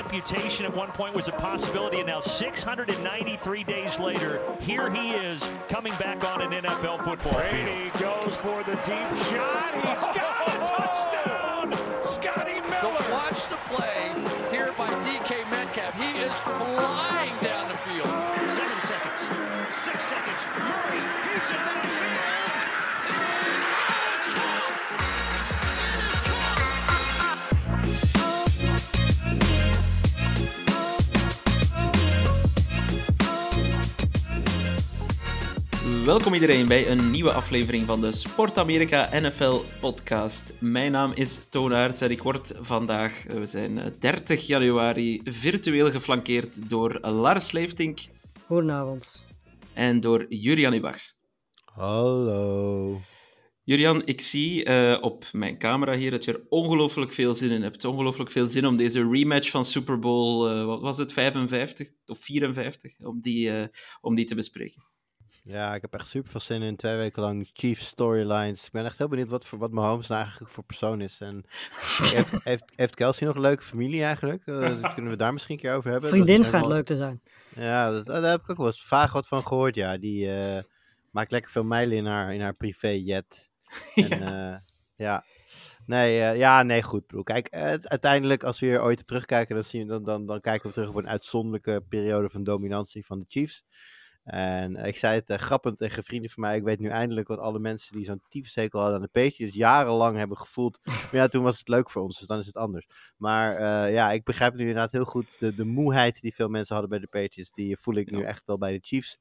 amputation at one point was a possibility, and now 693 days later, here he is coming back on an NFL football field. Brady goes for the deep shot. He's got a touchdown. Scotty Miller. But watch the play here by DK Metcalf. He is flying down the field. 7 seconds. 6 seconds. Murray keeps it downfield. Welkom iedereen bij een nieuwe aflevering van de Sport Amerika NFL podcast. Mijn naam is Toon Aerts en ik word vandaag, we zijn 30 januari, virtueel geflankeerd door Lars Leeftink. Goedenavond. En door Jurian Ubachs. Hallo. Jurian, ik zie op mijn camera hier dat je er ongelooflijk veel zin in hebt. Ongelooflijk veel zin om deze rematch van Super Bowl, wat was het, 55 of 54, om die te bespreken. Ja, ik heb echt super veel zin in 2 weken lang Chiefs storylines. Ik ben echt heel benieuwd wat Mahomes nou eigenlijk voor persoon is. En heeft Kelsey nog een leuke familie eigenlijk? Dat kunnen we daar misschien een keer over hebben. Vriendin schijnt leuk te zijn. Ja, daar heb ik ook wel eens vaag wat van gehoord. Ja, die maakt lekker veel mijlen in haar privéjet. En ja. Nee, goed. Bedoel, kijk, uiteindelijk als we hier ooit op terugkijken, dan kijken we terug op een uitzonderlijke periode van dominantie van de Chiefs. En ik zei het grappend tegen vrienden van mij. Ik weet nu eindelijk wat alle mensen die zo'n tyfushekel hadden aan de Patriots jarenlang hebben gevoeld. Maar ja, toen was het leuk voor ons, dus dan is het anders. Maar ja, ik begrijp nu inderdaad heel goed de moeheid die veel mensen hadden bij de Patriots. Die voel ik nu echt wel bij de Chiefs.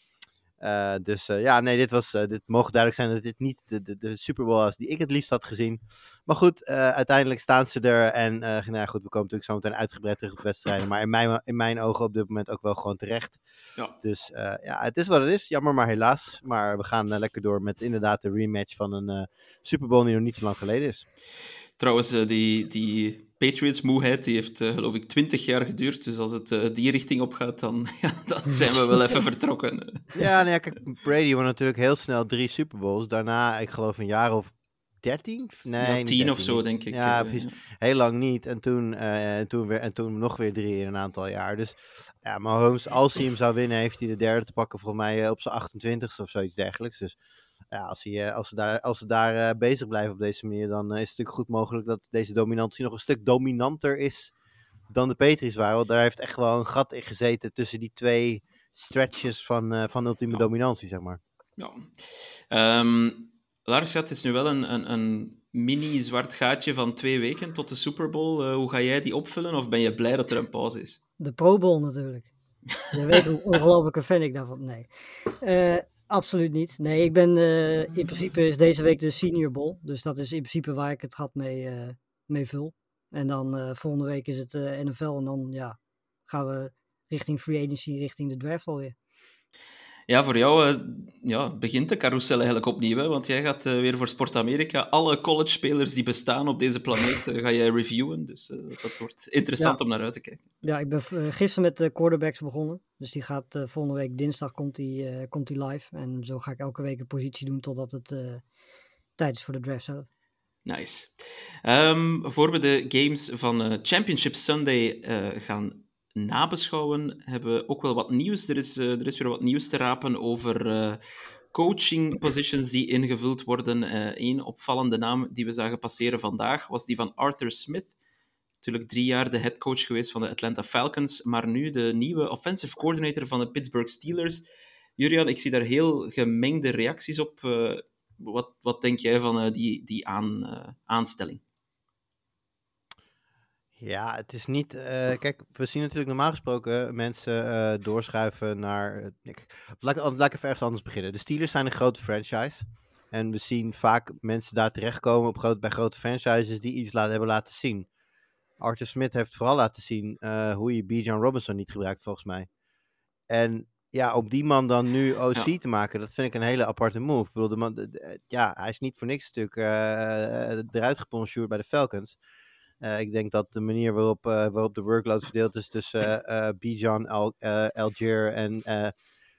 Dit mogen duidelijk zijn dat dit niet de Super Bowl was die ik het liefst had gezien. Maar goed, uiteindelijk staan ze er. En goed, we komen natuurlijk zo meteen uitgebreid terug op de wedstrijden. Maar in mijn ogen op dit moment ook wel gewoon terecht. Ja. Dus het is wat het is. Jammer, maar helaas. Maar we gaan lekker door met inderdaad de rematch van een Super Bowl die nog niet zo lang geleden is. Trouwens, die Patriots-moeheid die heeft, geloof ik, 20 jaar geduurd. Dus als het die richting opgaat, dan zijn we wel even vertrokken. Ja, kijk, Brady won natuurlijk heel snel 3 Super Bowls. Daarna, ik geloof, een jaar of 13? Nee, 10 of zo, denk ik. Ja, precies. Heel lang niet. En toen nog weer 3 in een aantal jaar. Dus ja, Mahomes, als hij hem zou winnen, heeft hij de derde te pakken, volgens mij op zijn 28ste of zoiets dergelijks. Dus ja, als ze daar bezig blijven op deze manier, dan is het natuurlijk goed mogelijk dat deze dominantie nog een stuk dominanter is dan de Patriots waren. Want daar heeft echt wel een gat in gezeten tussen die 2 stretches van ultieme dominantie, zeg maar. Ja. Lars, het is nu wel een mini-zwart gaatje van 2 weken tot de Super Bowl. Hoe ga jij die opvullen, of ben je blij dat er een pauze is? De Pro Bowl natuurlijk. Je weet hoe ongelooflijke fan ik daarvan. Nee. Absoluut niet. Nee, ik ben in principe is deze week de Senior Bowl. Dus dat is in principe waar ik het gat mee vul. En dan volgende week is het NFL. En dan gaan we richting free agency, richting de draft alweer. Ja, voor jou begint de carousel eigenlijk opnieuw. Hè? Want jij gaat weer voor Sport Amerika alle college-spelers die bestaan op deze planeet ga jij reviewen. Dus dat wordt interessant om naar uit te kijken. Ja, ik ben gisteren met de quarterbacks begonnen. Dus die gaat volgende week dinsdag komt die live. En zo ga ik elke week een positie doen totdat het tijd is voor de draft zelf. Nice. Voor we de games van Championship Sunday gaan nabeschouwen, hebben we ook wel wat nieuws. Er is weer wat nieuws te rapen over coaching positions die ingevuld worden. Eén opvallende naam die we zagen passeren vandaag was die van Arthur Smith. Natuurlijk 3 jaar de headcoach geweest van de Atlanta Falcons, maar nu de nieuwe offensive coordinator van de Pittsburgh Steelers. Jurian, ik zie daar heel gemengde reacties op. Wat denk jij van die aanstelling? Ja, het is niet... kijk, we zien natuurlijk normaal gesproken mensen doorschuiven naar... Laat ik even ergens anders beginnen. De Steelers zijn een grote franchise. En we zien vaak mensen daar terechtkomen bij grote franchises die iets hebben laten zien. Arthur Smith heeft vooral laten zien hoe je Bijan Robinson niet gebruikt, volgens mij. En ja, op die man dan nu OC te maken, dat vind ik een hele aparte move. Ik bedoel, de man, hij is niet voor niks natuurlijk eruit geponsuurd bij de Falcons. Ik denk dat de manier waarop de workload verdeeld is tussen Bijan, Algier en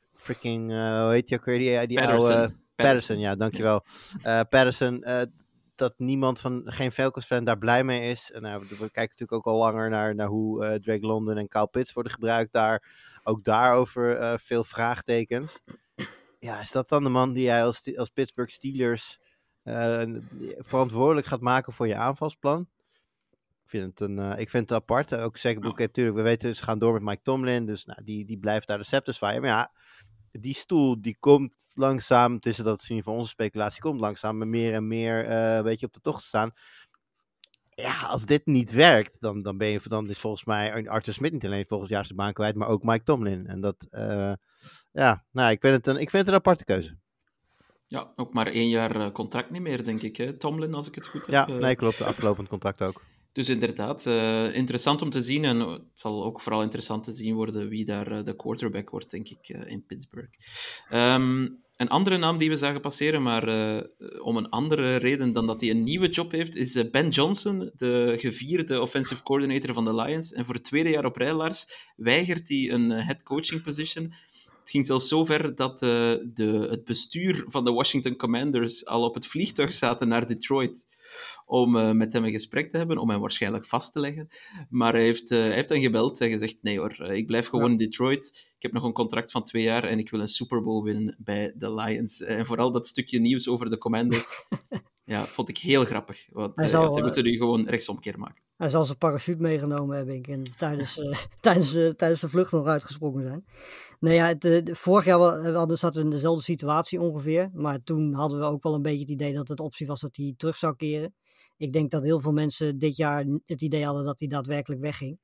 freaking, hoe heet die ook weer? Die oude... Patterson, ja, dankjewel. Patterson, dat geen Falcons-fan daar blij mee is. En, we kijken natuurlijk ook al langer naar hoe Drake London en Kyle Pitts worden gebruikt daar. Ook daarover veel vraagtekens. Ja, is dat dan de man die jij als Pittsburgh Steelers verantwoordelijk gaat maken voor je aanvalsplan? Ik vind het apart. Ook zeker, natuurlijk, we weten, ze gaan door met Mike Tomlin. Dus die blijft daar de scepter zwaaien. Maar ja, die stoel die komt langzaam, dat is in ieder geval onze speculatie, komt langzaam meer en meer een beetje op de tocht te staan. Ja, als dit niet werkt, dan is volgens mij Arthur Smith niet alleen volgend jaar zijn baan kwijt, maar ook Mike Tomlin. En dat, ik vind het een aparte keuze. Ja, ook maar 1 jaar contract niet meer, denk ik, hè? Tomlin, als ik het goed heb. Ja, nee, klopt. De aflopend contract ook. Dus inderdaad, interessant om te zien. En het zal ook vooral interessant te zien worden wie daar de quarterback wordt, denk ik, in Pittsburgh. Een andere naam die we zagen passeren, maar om een andere reden dan dat hij een nieuwe job heeft, is Ben Johnson, de gevierde offensive coordinator van de Lions. En voor het 2e jaar op rij, Lars, weigert hij een head coaching position. Het ging zelfs zo ver dat het bestuur van de Washington Commanders al op het vliegtuig zaten naar Detroit om met hem een gesprek te hebben, om hem waarschijnlijk vast te leggen. Maar hij heeft dan gebeld en gezegd, nee hoor, ik blijf gewoon in Detroit. Ik heb nog een contract van 2 jaar en ik wil een Super Bowl winnen bij de Lions. En vooral dat stukje nieuws over de Commanders, vond ik heel grappig. Want ze moeten nu gewoon rechtsomkeer maken. Hij zal zijn parachute meegenomen hebben en tijdens de vlucht nog uitgesprongen zijn. Nou ja, vorig jaar zaten we in dezelfde situatie ongeveer. Maar toen hadden we ook wel een beetje het idee dat het optie was dat hij terug zou keren. Ik denk dat heel veel mensen dit jaar het idee hadden dat hij daadwerkelijk wegging.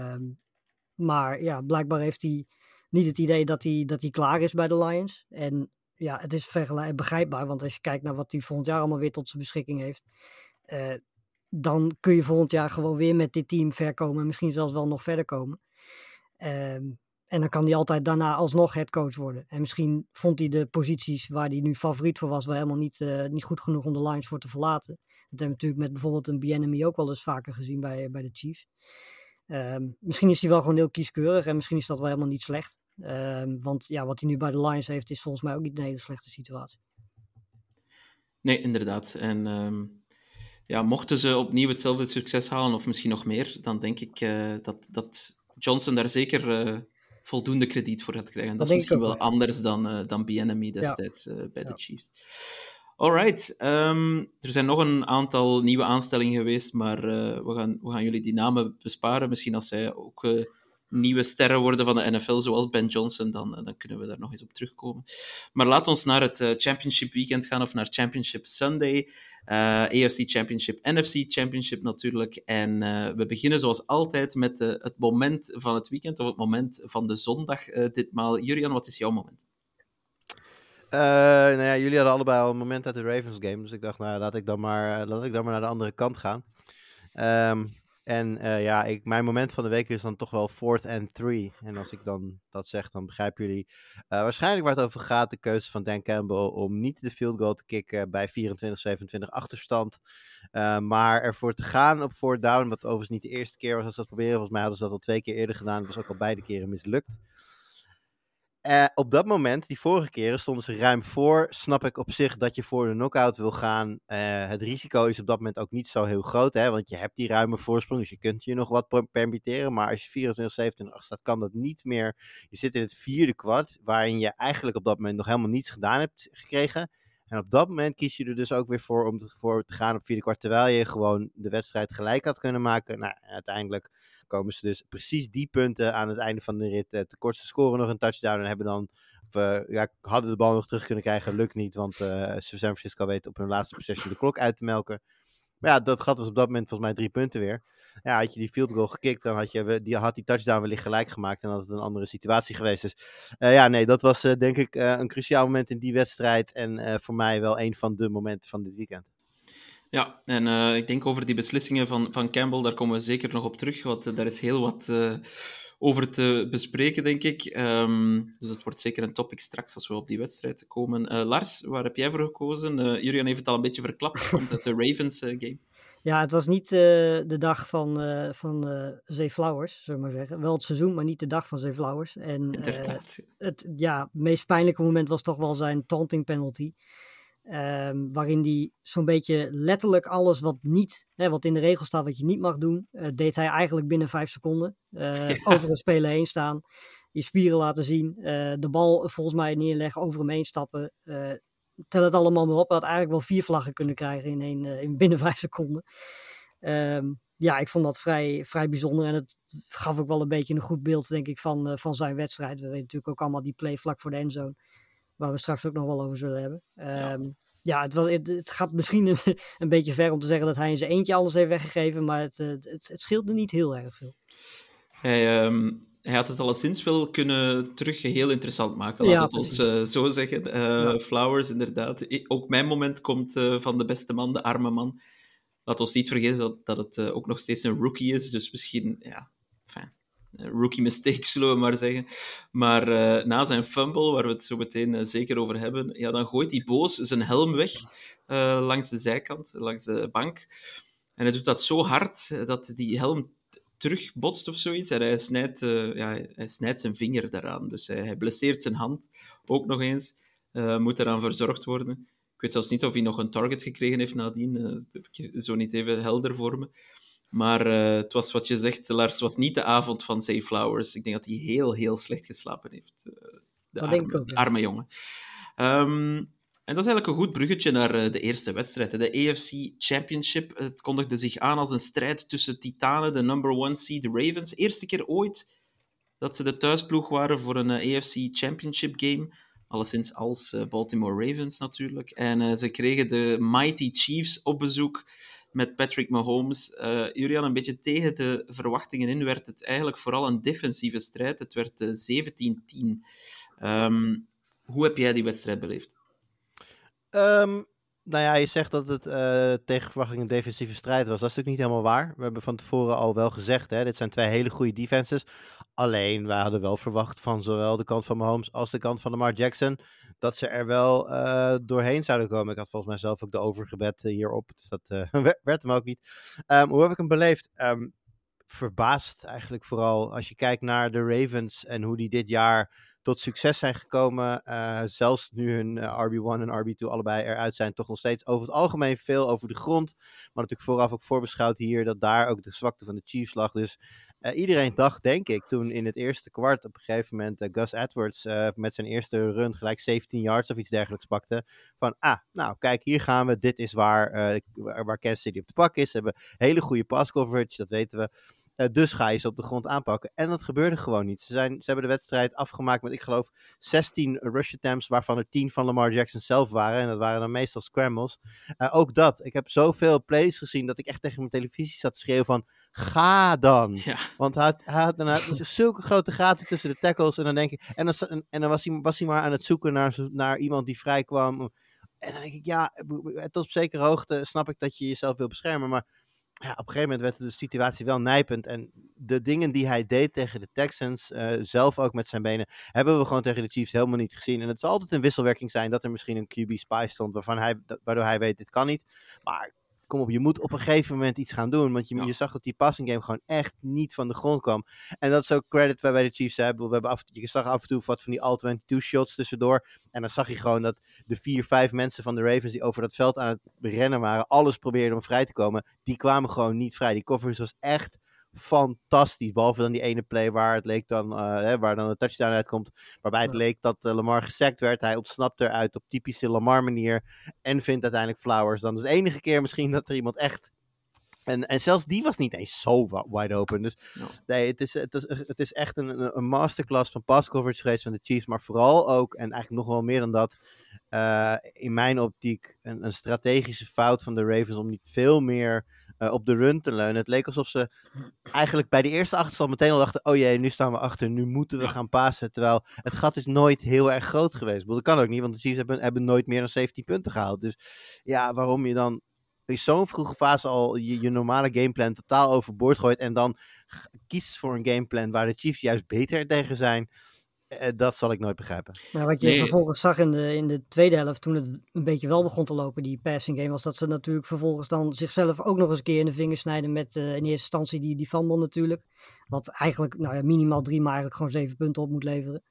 Maar ja, blijkbaar heeft hij niet het idee dat hij klaar is bij de Lions. En ja, het is begrijpbaar, want als je kijkt naar wat hij volgend jaar allemaal weer tot zijn beschikking heeft, dan kun je volgend jaar gewoon weer met dit team ver komen en misschien zelfs wel nog verder komen. En dan kan hij altijd daarna alsnog headcoach worden. En misschien vond hij de posities waar hij nu favoriet voor was wel helemaal niet goed genoeg om de Lions voor te verlaten. Dat hebben we natuurlijk met bijvoorbeeld een Bieniemy ook wel eens vaker gezien bij de Chiefs. Misschien is hij wel gewoon heel kieskeurig en misschien is dat wel helemaal niet slecht. Want ja, wat hij nu bij de Lions heeft is volgens mij ook niet een hele slechte situatie. Nee, inderdaad. En mochten ze opnieuw hetzelfde succes halen, of misschien nog meer, dan denk ik dat Johnson daar zeker voldoende krediet voor gaat krijgen. Dat is misschien wel anders dan Bieniemy destijds bij de Chiefs. Alright. Er zijn nog een aantal nieuwe aanstellingen geweest, maar we gaan jullie die namen besparen. Misschien als zij ook nieuwe sterren worden van de NFL, zoals Ben Johnson, dan kunnen we daar nog eens op terugkomen. Maar laat ons naar het Championship Weekend gaan, of naar Championship Sunday. AFC Championship, NFC Championship natuurlijk. En we beginnen zoals altijd met het moment van het weekend, of het moment van de zondag ditmaal. Jurian, wat is jouw moment? Jullie hadden allebei al een moment uit de Ravens game, dus ik dacht, laat ik dan maar naar de andere kant gaan. Mijn moment van de week is dan toch wel 4th and 3. En als ik dan dat zeg, dan begrijpen jullie waarschijnlijk waar het over gaat. De keuze van Dan Campbell om niet de field goal te kicken bij 24-27 achterstand. Maar ervoor te gaan op 4th down, wat overigens niet de eerste keer was dat ze dat proberen. Volgens mij hadden ze dat al 2 keer eerder gedaan. Het was ook al beide keren mislukt. Op dat moment, die vorige keren, stonden ze ruim voor. Snap ik op zich dat je voor de knockout wil gaan. Het risico is op dat moment ook niet zo heel groot, hè, want je hebt die ruime voorsprong, dus je kunt je nog wat permitteren. Maar als je 24-27 staat, kan dat niet meer. Je zit in het 4e kwart, waarin je eigenlijk op dat moment nog helemaal niets gedaan hebt gekregen. En op dat moment kies je er dus ook weer voor om voor te gaan op 4e kwart, terwijl je gewoon de wedstrijd gelijk had kunnen maken. Nou, uiteindelijk komen ze dus precies die punten aan het einde van de rit tekort. Ze scoren nog een touchdown en hebben dan hadden de bal nog terug kunnen krijgen. Lukt niet, want San Francisco weet op hun laatste possession de klok uit te melken. Maar ja, dat gat was op dat moment volgens mij 3 punten weer. Ja, had je die field goal gekikt, dan had die touchdown wellicht gelijk gemaakt en had het een andere situatie geweest. Dus dat was denk ik een cruciaal moment in die wedstrijd en voor mij wel een van de momenten van dit weekend. Ja, en ik denk over die beslissingen van Campbell, daar komen we zeker nog op terug, want daar is heel wat over te bespreken, denk ik. Dus dat wordt zeker een topic straks als we op die wedstrijd komen. Lars, waar heb jij voor gekozen? Jurian heeft het al een beetje verklapt, komt uit de Ravens game. Ja, het was niet de dag van Zay Flowers, zullen we maar zeggen. Wel het seizoen, maar niet de dag van Zay Flowers. En Inderdaad. Het meest pijnlijke moment was toch wel zijn taunting penalty. waarin hij zo'n beetje letterlijk alles wat niet, wat in de regel staat wat je niet mag doen, deed hij eigenlijk binnen 5 seconden. Over een speler heen staan, je spieren laten zien, de bal volgens mij neerleggen, over hem heen stappen. Tel het allemaal maar op, hij had eigenlijk wel 4 vlaggen kunnen krijgen in binnen 5 seconden. Ik vond dat vrij bijzonder en het gaf ook wel een beetje een goed beeld, denk ik, van zijn wedstrijd. We weten natuurlijk ook allemaal die play vlak voor de endzone, waar we straks ook nog wel over zullen hebben. Het gaat misschien een beetje ver om te zeggen dat hij in zijn eentje alles heeft weggegeven, maar het scheelde niet heel erg veel. Hij had het alleszins wel kunnen terug heel interessant maken, laat het ons zo zeggen. Flowers, inderdaad. Ook mijn moment komt van de beste man, de arme man. Laat ons niet vergeten dat het ook nog steeds een rookie is, dus misschien, rookie mistake, zullen we maar zeggen. Maar na zijn fumble, waar we het zo meteen zeker over hebben, dan gooit hij boos zijn helm weg langs de zijkant, langs de bank. En hij doet dat zo hard dat die helm terugbotst of zoiets. En hij snijdt zijn vinger daaraan. Dus hij blesseert zijn hand ook nog eens. Moet eraan verzorgd worden. Ik weet zelfs niet of hij nog een target gekregen heeft nadien. Dat heb ik zo niet even helder voor me. Maar het was wat je zegt, Lars, het was niet de avond van Zay Flowers. Ik denk dat hij heel, heel slecht geslapen heeft. De arme jongen. En dat is eigenlijk een goed bruggetje naar de eerste wedstrijd. De AFC Championship. Het kondigde zich aan als een strijd tussen titanen, de number 1 seed Ravens. Eerste keer ooit dat ze de thuisploeg waren voor een AFC Championship game. Alleszins als Baltimore Ravens natuurlijk. En ze kregen de Mighty Chiefs op bezoek met Patrick Mahomes. Julian, een beetje tegen de verwachtingen in werd het eigenlijk vooral een defensieve strijd. Het werd 17-10. Hoe heb jij die wedstrijd beleefd? Je zegt dat het tegen verwachting een defensieve strijd was. Dat is natuurlijk niet helemaal waar. We hebben van tevoren al wel gezegd, dit zijn 2 hele goede defenses. Alleen, wij hadden wel verwacht van zowel de kant van Mahomes als de kant van Lamar Jackson, dat ze er wel doorheen zouden komen. Ik had volgens mij zelf ook de overgebed hierop, dus dat werd hem ook niet. Hoe heb ik hem beleefd? Verbaasd eigenlijk vooral als je kijkt naar de Ravens en hoe die dit jaar tot succes zijn gekomen. Zelfs nu hun RB1 en RB2 allebei eruit zijn, toch nog steeds over het algemeen veel over de grond. Maar natuurlijk vooraf ook voorbeschouwd hier dat daar ook de zwakte van de Chiefs lag. Dus iedereen dacht, denk ik, toen in het eerste kwart op een gegeven moment Gus Edwards met zijn eerste run gelijk 17 yards of iets dergelijks pakte. Van, kijk, hier gaan we. Dit is waar Kansas City op de pak is. Ze hebben hele goede pass coverage, dat weten we. Dus ga je ze op de grond aanpakken. En dat gebeurde gewoon niet. Ze hebben de wedstrijd afgemaakt met, ik geloof, 16 rush attempts, waarvan er 10 van Lamar Jackson zelf waren. En dat waren dan meestal scrambles. Ook dat. Ik heb zoveel plays gezien dat ik echt tegen mijn televisie zat te schreeuwen van, ga dan. Ja. Want hij had zulke grote gaten tussen de tackles. En dan denk ik, en dan was hij maar aan het zoeken naar iemand die vrij kwam. En dan denk ik, tot op zekere hoogte snap ik dat je jezelf wil beschermen, maar op een gegeven moment werd de situatie wel nijpend. En de dingen die hij deed tegen de Texans, zelf ook met zijn benen, hebben we gewoon tegen de Chiefs helemaal niet gezien. En het zal altijd een wisselwerking zijn dat er misschien een QB spy stond, waardoor hij weet, dit kan niet. Maar kom op, je moet op een gegeven moment iets gaan doen. Want je zag dat die passing game gewoon echt niet van de grond kwam. En dat is ook credit waar wij de Chiefs hebben. Je zag af en toe wat van die all-22 shots tussendoor. En dan zag je gewoon dat de 4-5 mensen van de Ravens die over dat veld aan het rennen waren, alles probeerden om vrij te komen. Die kwamen gewoon niet vrij. Die coverage was echt fantastisch. Behalve dan die ene play waar het leek dan, waar dan een touchdown uitkomt. Waarbij het leek dat Lamar gesackt werd. Hij ontsnapt eruit op typische Lamar manier. En vindt uiteindelijk Flowers. Dan is de enige keer misschien dat er iemand echt. En zelfs die was niet eens zo wide open. Dus nee, het is echt een masterclass van pass coverage geweest van de Chiefs. Maar vooral ook, en eigenlijk nog wel meer dan dat, in mijn optiek een strategische fout van de Ravens om niet veel meer op de run te leunen. Het leek alsof ze eigenlijk bij de eerste achterstand meteen al dachten, oh jee, nu staan we achter, nu moeten we gaan passen. Terwijl het gat is nooit heel erg groot geweest. Dat kan ook niet, want de Chiefs hebben nooit meer dan 17 punten gehaald. Dus ja, waarom je dan in zo'n vroege fase al je normale gameplan totaal overboord gooit en dan kiest voor een gameplan waar de Chiefs juist beter tegen zijn, dat zal ik nooit begrijpen. Maar wat je vervolgens zag in de tweede helft, toen het een beetje wel begon te lopen, die passing game, was dat ze natuurlijk vervolgens dan zichzelf ook nog eens een keer in de vingers snijden met in eerste instantie die fumble natuurlijk. Wat eigenlijk minimaal 3, maar eigenlijk gewoon 7 punten op moet leveren.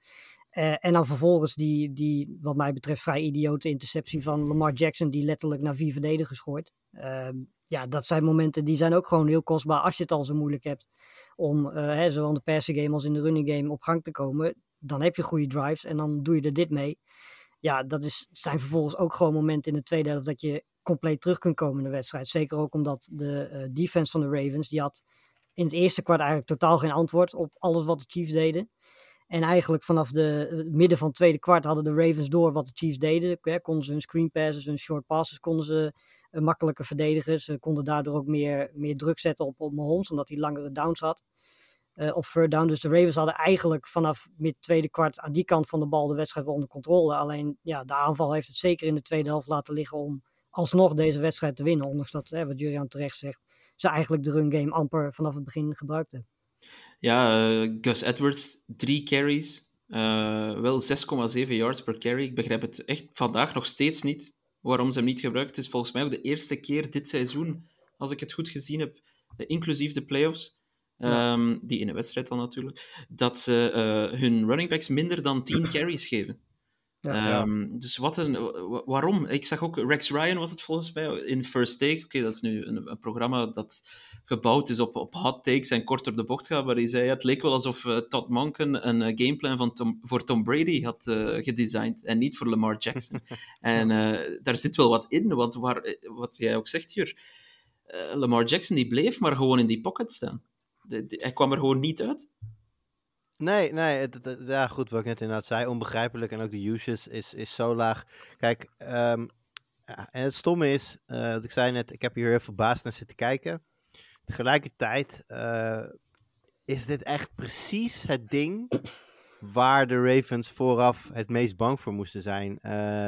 En dan vervolgens die, wat mij betreft, vrij idiote interceptie van Lamar Jackson, die letterlijk naar 4 verdedigers gooit. Dat zijn momenten die zijn ook gewoon heel kostbaar als je het al zo moeilijk hebt om, zowel in de passing game als in de running game op gang te komen. Dan heb je goede drives en dan doe je er dit mee. Ja, zijn vervolgens ook gewoon momenten in de tweede helft dat je compleet terug kunt komen in de wedstrijd. Zeker ook omdat de defense van de Ravens, die had in het eerste kwart eigenlijk totaal geen antwoord op alles wat de Chiefs deden. En eigenlijk vanaf het midden van het tweede kwart hadden de Ravens door wat de Chiefs deden. Konden ze hun screen passes, hun short passes, konden ze makkelijker verdedigen. Ze konden daardoor ook meer druk zetten op Mahomes, omdat hij langere downs had. Op third down. Dus de Ravens hadden eigenlijk vanaf mid-tweede kwart aan die kant van de bal de wedstrijd wel onder controle. Alleen de aanval heeft het zeker in de tweede helft laten liggen om alsnog deze wedstrijd te winnen. Ondanks dat, wat Jurjan terecht zegt, ze eigenlijk de run game amper vanaf het begin gebruikten. Ja, Gus Edwards, 3 carries. Wel 6,7 yards per carry. Ik begrijp het echt vandaag nog steeds niet waarom ze hem niet gebruikt. Het is volgens mij ook de eerste keer dit seizoen, als ik het goed gezien heb, inclusief de playoffs, die in een wedstrijd dan natuurlijk, dat ze hun running backs minder dan 10 carries geven. Dus waarom? Ik zag ook, Rex Ryan was het volgens mij, in First Take. Oké, dat is nu een programma dat gebouwd is op hot takes en kort door de bocht gaat, waar hij zei, het leek wel alsof Todd Monken een gameplan voor Tom Brady had gedesigned en niet voor Lamar Jackson. En daar zit wel wat in, want wat jij ook zegt hier, Lamar Jackson die bleef maar gewoon in die pocket staan. Hij kwam er gewoon niet uit. Nee, ja goed, wat ik net inderdaad zei, onbegrijpelijk. En ook de usage is zo laag. Kijk, en het stomme is, wat ik zei net, ik heb hier heel verbaasd naar zitten kijken. Tegelijkertijd is dit echt precies het ding waar de Ravens vooraf het meest bang voor moesten zijn.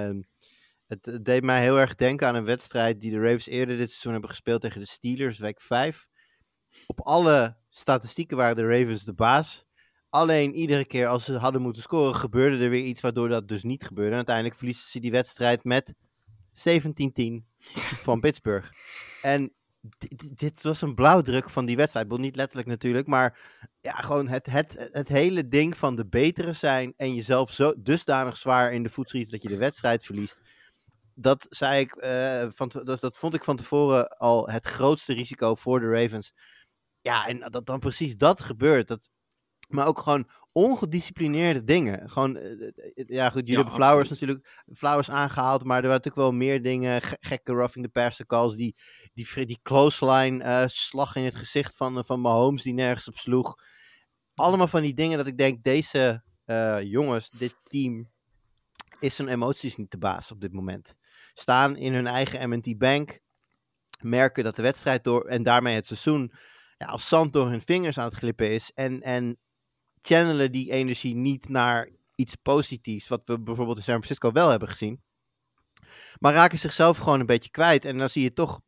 Het deed mij heel erg denken aan een wedstrijd die de Ravens eerder dit seizoen hebben gespeeld tegen de Steelers, week 5. Op alle statistieken waren de Ravens de baas. Alleen iedere keer als ze hadden moeten scoren, gebeurde er weer iets waardoor dat dus niet gebeurde. En uiteindelijk verliezen ze die wedstrijd met 17-10 van Pittsburgh. En dit was een blauwdruk van die wedstrijd. Ik bedoel, niet letterlijk natuurlijk, maar ja, gewoon het hele ding van de betere zijn en jezelf zo dusdanig zwaar in de voet schieten dat je de wedstrijd verliest. Dat zei ik, dat vond ik van tevoren al het grootste risico voor de Ravens. Ja, en dat dan precies dat gebeurt. Maar ook gewoon ongedisciplineerde dingen. Gewoon, ja goed, jullie hebben Flowers natuurlijk aangehaald, maar er waren natuurlijk wel meer dingen. Gekke roughing the passer calls, die close line slag in het gezicht van Mahomes die nergens op sloeg. Allemaal van die dingen dat ik denk, deze jongens, dit team, is zijn emoties niet de baas op dit moment. Staan in hun eigen M&T Bank, merken dat de wedstrijd door en daarmee het seizoen als zand door hun vingers aan het glippen is en channelen die energie niet naar iets positiefs, wat we bijvoorbeeld in San Francisco wel hebben gezien, maar raken zichzelf gewoon een beetje kwijt. En dan zie je toch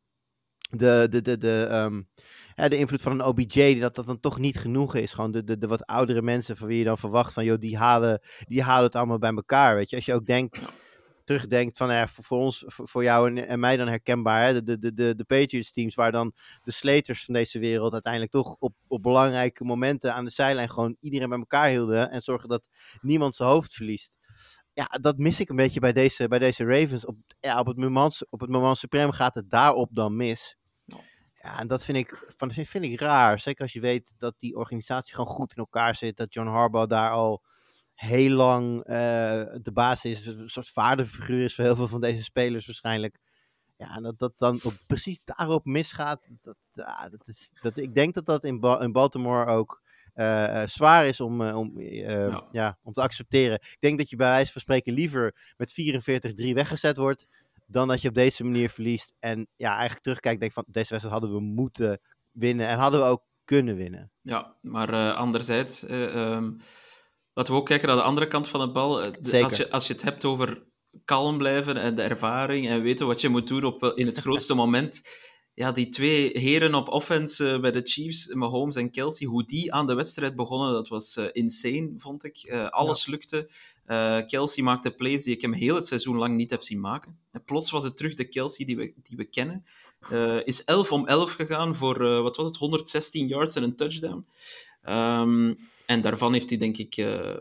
de invloed van een OBJ, dat dan toch niet genoeg is. Gewoon de wat oudere mensen van wie je dan verwacht van, joh, die halen het allemaal bij elkaar, weet je. Als je ook terugdenkt van, voor ons, voor jou en mij dan herkenbaar, hè? De Patriots teams, waar dan de Slaters van deze wereld uiteindelijk toch op belangrijke momenten aan de zijlijn gewoon iedereen bij elkaar hielden en zorgen dat niemand zijn hoofd verliest. Ja, dat mis ik een beetje bij deze Ravens. Op het moment suprem gaat het daarop dan mis. Ja, en dat vind ik raar. Zeker als je weet dat die organisatie gewoon goed in elkaar zit, dat John Harbaugh daar al heel lang de baas is, een soort vaderfiguur is voor heel veel van deze spelers waarschijnlijk. Ja, en dat dan precies daarop misgaat, ik denk dat in Baltimore ook zwaar is om te accepteren. Ik denk dat je bij wijze van spreken liever met 44-3 weggezet wordt, dan dat je op deze manier verliest. En ja, eigenlijk terugkijkt, denk van, deze wedstrijd hadden we moeten winnen en hadden we ook kunnen winnen. Ja, maar anderzijds, laten we ook kijken naar de andere kant van het bal. Als je het hebt over kalm blijven en de ervaring en weten wat je moet doen in het grootste moment. Ja, die 2 heren op offense bij de Chiefs, Mahomes en Kelsey, hoe die aan de wedstrijd begonnen, dat was insane, vond ik. Alles lukte. Kelsey maakte plays die ik hem heel het seizoen lang niet heb zien maken. En plots was het terug de Kelsey die we kennen. Is 11 om 11 gegaan voor, 116 yards en een touchdown. En daarvan heeft hij, denk ik,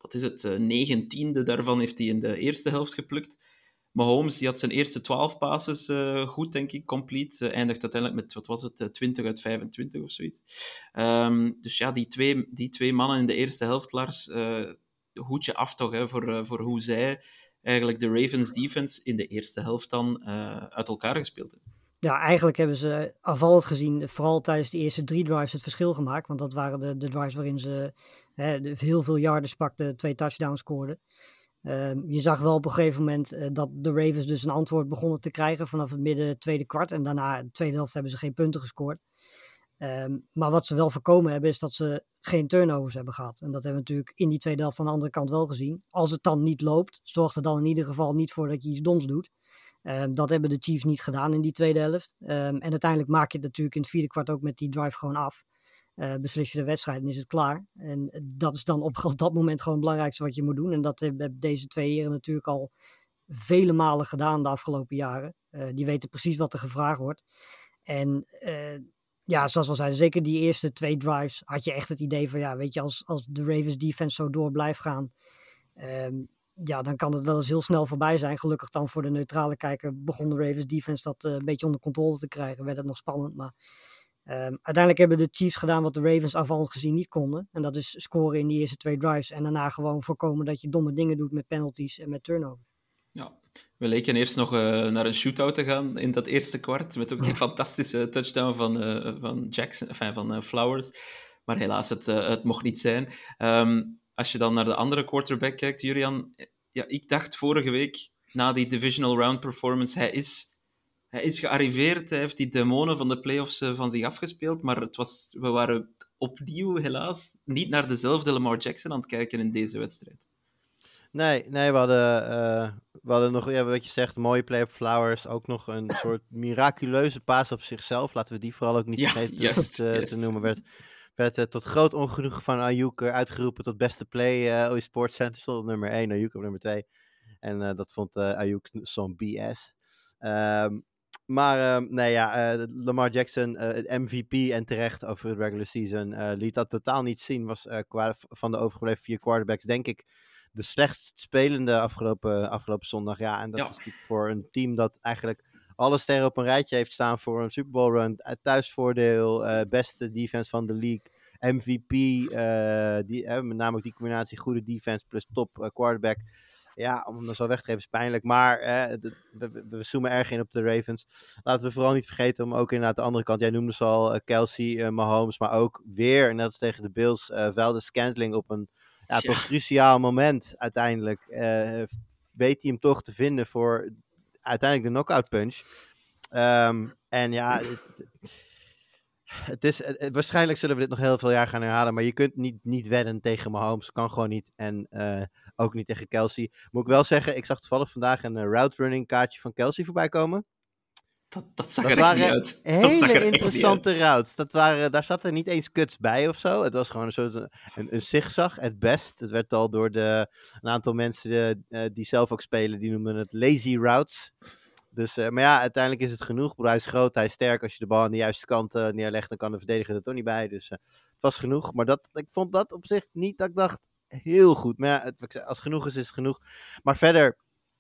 wat is het, 19e daarvan heeft hij in de eerste helft geplukt. Mahomes die had zijn eerste 12 passes goed, denk ik, complete. Eindigt uiteindelijk met, wat was het, 20 uit 25 of zoiets. Dus ja, die twee mannen in de eerste helft, Lars, hoedje af toch, hè, voor hoe zij eigenlijk de Ravens defense in de eerste helft dan uit elkaar gespeeld hebben. Ja, eigenlijk hebben ze aanvallend gezien vooral tijdens de eerste 3 drives het verschil gemaakt. Want dat waren de drives waarin ze heel veel yards pakten, 2 touchdowns scoorden. Je zag wel op een gegeven moment dat de Ravens dus een antwoord begonnen te krijgen vanaf het midden tweede kwart. En daarna de tweede helft hebben ze geen punten gescoord. Maar wat ze wel voorkomen hebben is dat ze geen turnovers hebben gehad. En dat hebben we natuurlijk in die tweede helft aan de andere kant wel gezien. Als het dan niet loopt, zorgt er dan in ieder geval niet voor dat je iets doms doet. Dat hebben de Chiefs niet gedaan in die tweede helft. En uiteindelijk maak je het natuurlijk in het vierde kwart ook met die drive gewoon af. Beslis je de wedstrijd en is het klaar. En dat is dan op dat moment gewoon het belangrijkste wat je moet doen. En dat hebben deze 2 heren natuurlijk al vele malen gedaan de afgelopen jaren. Die weten precies wat er gevraagd wordt. En ja, zoals we al zeiden, zeker die eerste 2 drives had je echt het idee van, ja, weet je, als de Ravens defense zo door blijft gaan, ja, dan kan het wel eens heel snel voorbij zijn. Gelukkig dan voor de neutrale kijker begon de Ravens defense dat een beetje onder controle te krijgen. Werd het nog spannend, maar uiteindelijk hebben de Chiefs gedaan wat de Ravens aanvallend gezien niet konden. En dat is scoren in die eerste 2 drives en daarna gewoon voorkomen dat je domme dingen doet met penalties en met turnovers. Ja, we leken eerst nog naar een shootout te gaan in dat eerste kwart, met ook die fantastische touchdown van Jackson, van Flowers. Maar helaas, het mocht niet zijn. Als je dan naar de andere quarterback kijkt, Jurian, ja, ik dacht vorige week, na die divisional round performance, hij is gearriveerd, hij heeft die demonen van de playoffs van zich afgespeeld, maar we waren opnieuw helaas niet naar dezelfde Lamar Jackson aan het kijken in deze wedstrijd. Nee, we hadden nog, ja, wat je zegt, een mooie play op Flowers. Ook nog een soort miraculeuze paas op zichzelf. Laten we die vooral ook niet vergeten te noemen. Werd tot groot ongenoegen van Ayuk uitgeroepen tot beste play. Sports Center stond op nummer 1, Ayuk op nummer 2. En dat vond Ayuk zo'n BS. Lamar Jackson, MVP en terecht over de regular season, liet dat totaal niet zien. Was qua van de overgebleven 4 quarterbacks, denk ik, de slechtst spelende afgelopen zondag. Ja, en dat is natuurlijk voor een team dat eigenlijk alle sterren op een rijtje heeft staan voor een Super Bowl run. Thuisvoordeel, beste defense van de league, MVP, met name ook die combinatie goede defense plus top quarterback. Ja, om dat zo weg te geven is pijnlijk. Maar we zoomen erg in op de Ravens. Laten we vooral niet vergeten om ook inderdaad de andere kant. Jij noemde ze al Kelsey, Mahomes, maar ook weer, net als tegen de Bills, Valdes-Scantling op een toch cruciaal moment uiteindelijk. Weet hij hem toch te vinden voor uiteindelijk de knockout punch. En ja, waarschijnlijk zullen we dit nog heel veel jaar gaan herhalen, maar je kunt niet wedden tegen Mahomes, kan gewoon niet. En ook niet tegen Kelsey. Moet ik wel zeggen, ik zag toevallig vandaag een route running kaartje van Kelsey voorbij komen. Dat zag er echt niet uit. Hele interessante routes. Daar zat er niet eens cuts bij of zo. Het was gewoon een soort een zigzag, het best. Het werd al door een aantal mensen die zelf ook spelen, die noemden het lazy routes. Dus, maar ja, uiteindelijk is het genoeg. Hij is groot, hij is sterk. Als je de bal aan de juiste kant neerlegt, dan kan de verdediger er toch niet bij. Dus het was genoeg. Maar ik vond dat op zich niet, dat ik dacht, heel goed. Maar ja, als genoeg is het genoeg. Maar verder,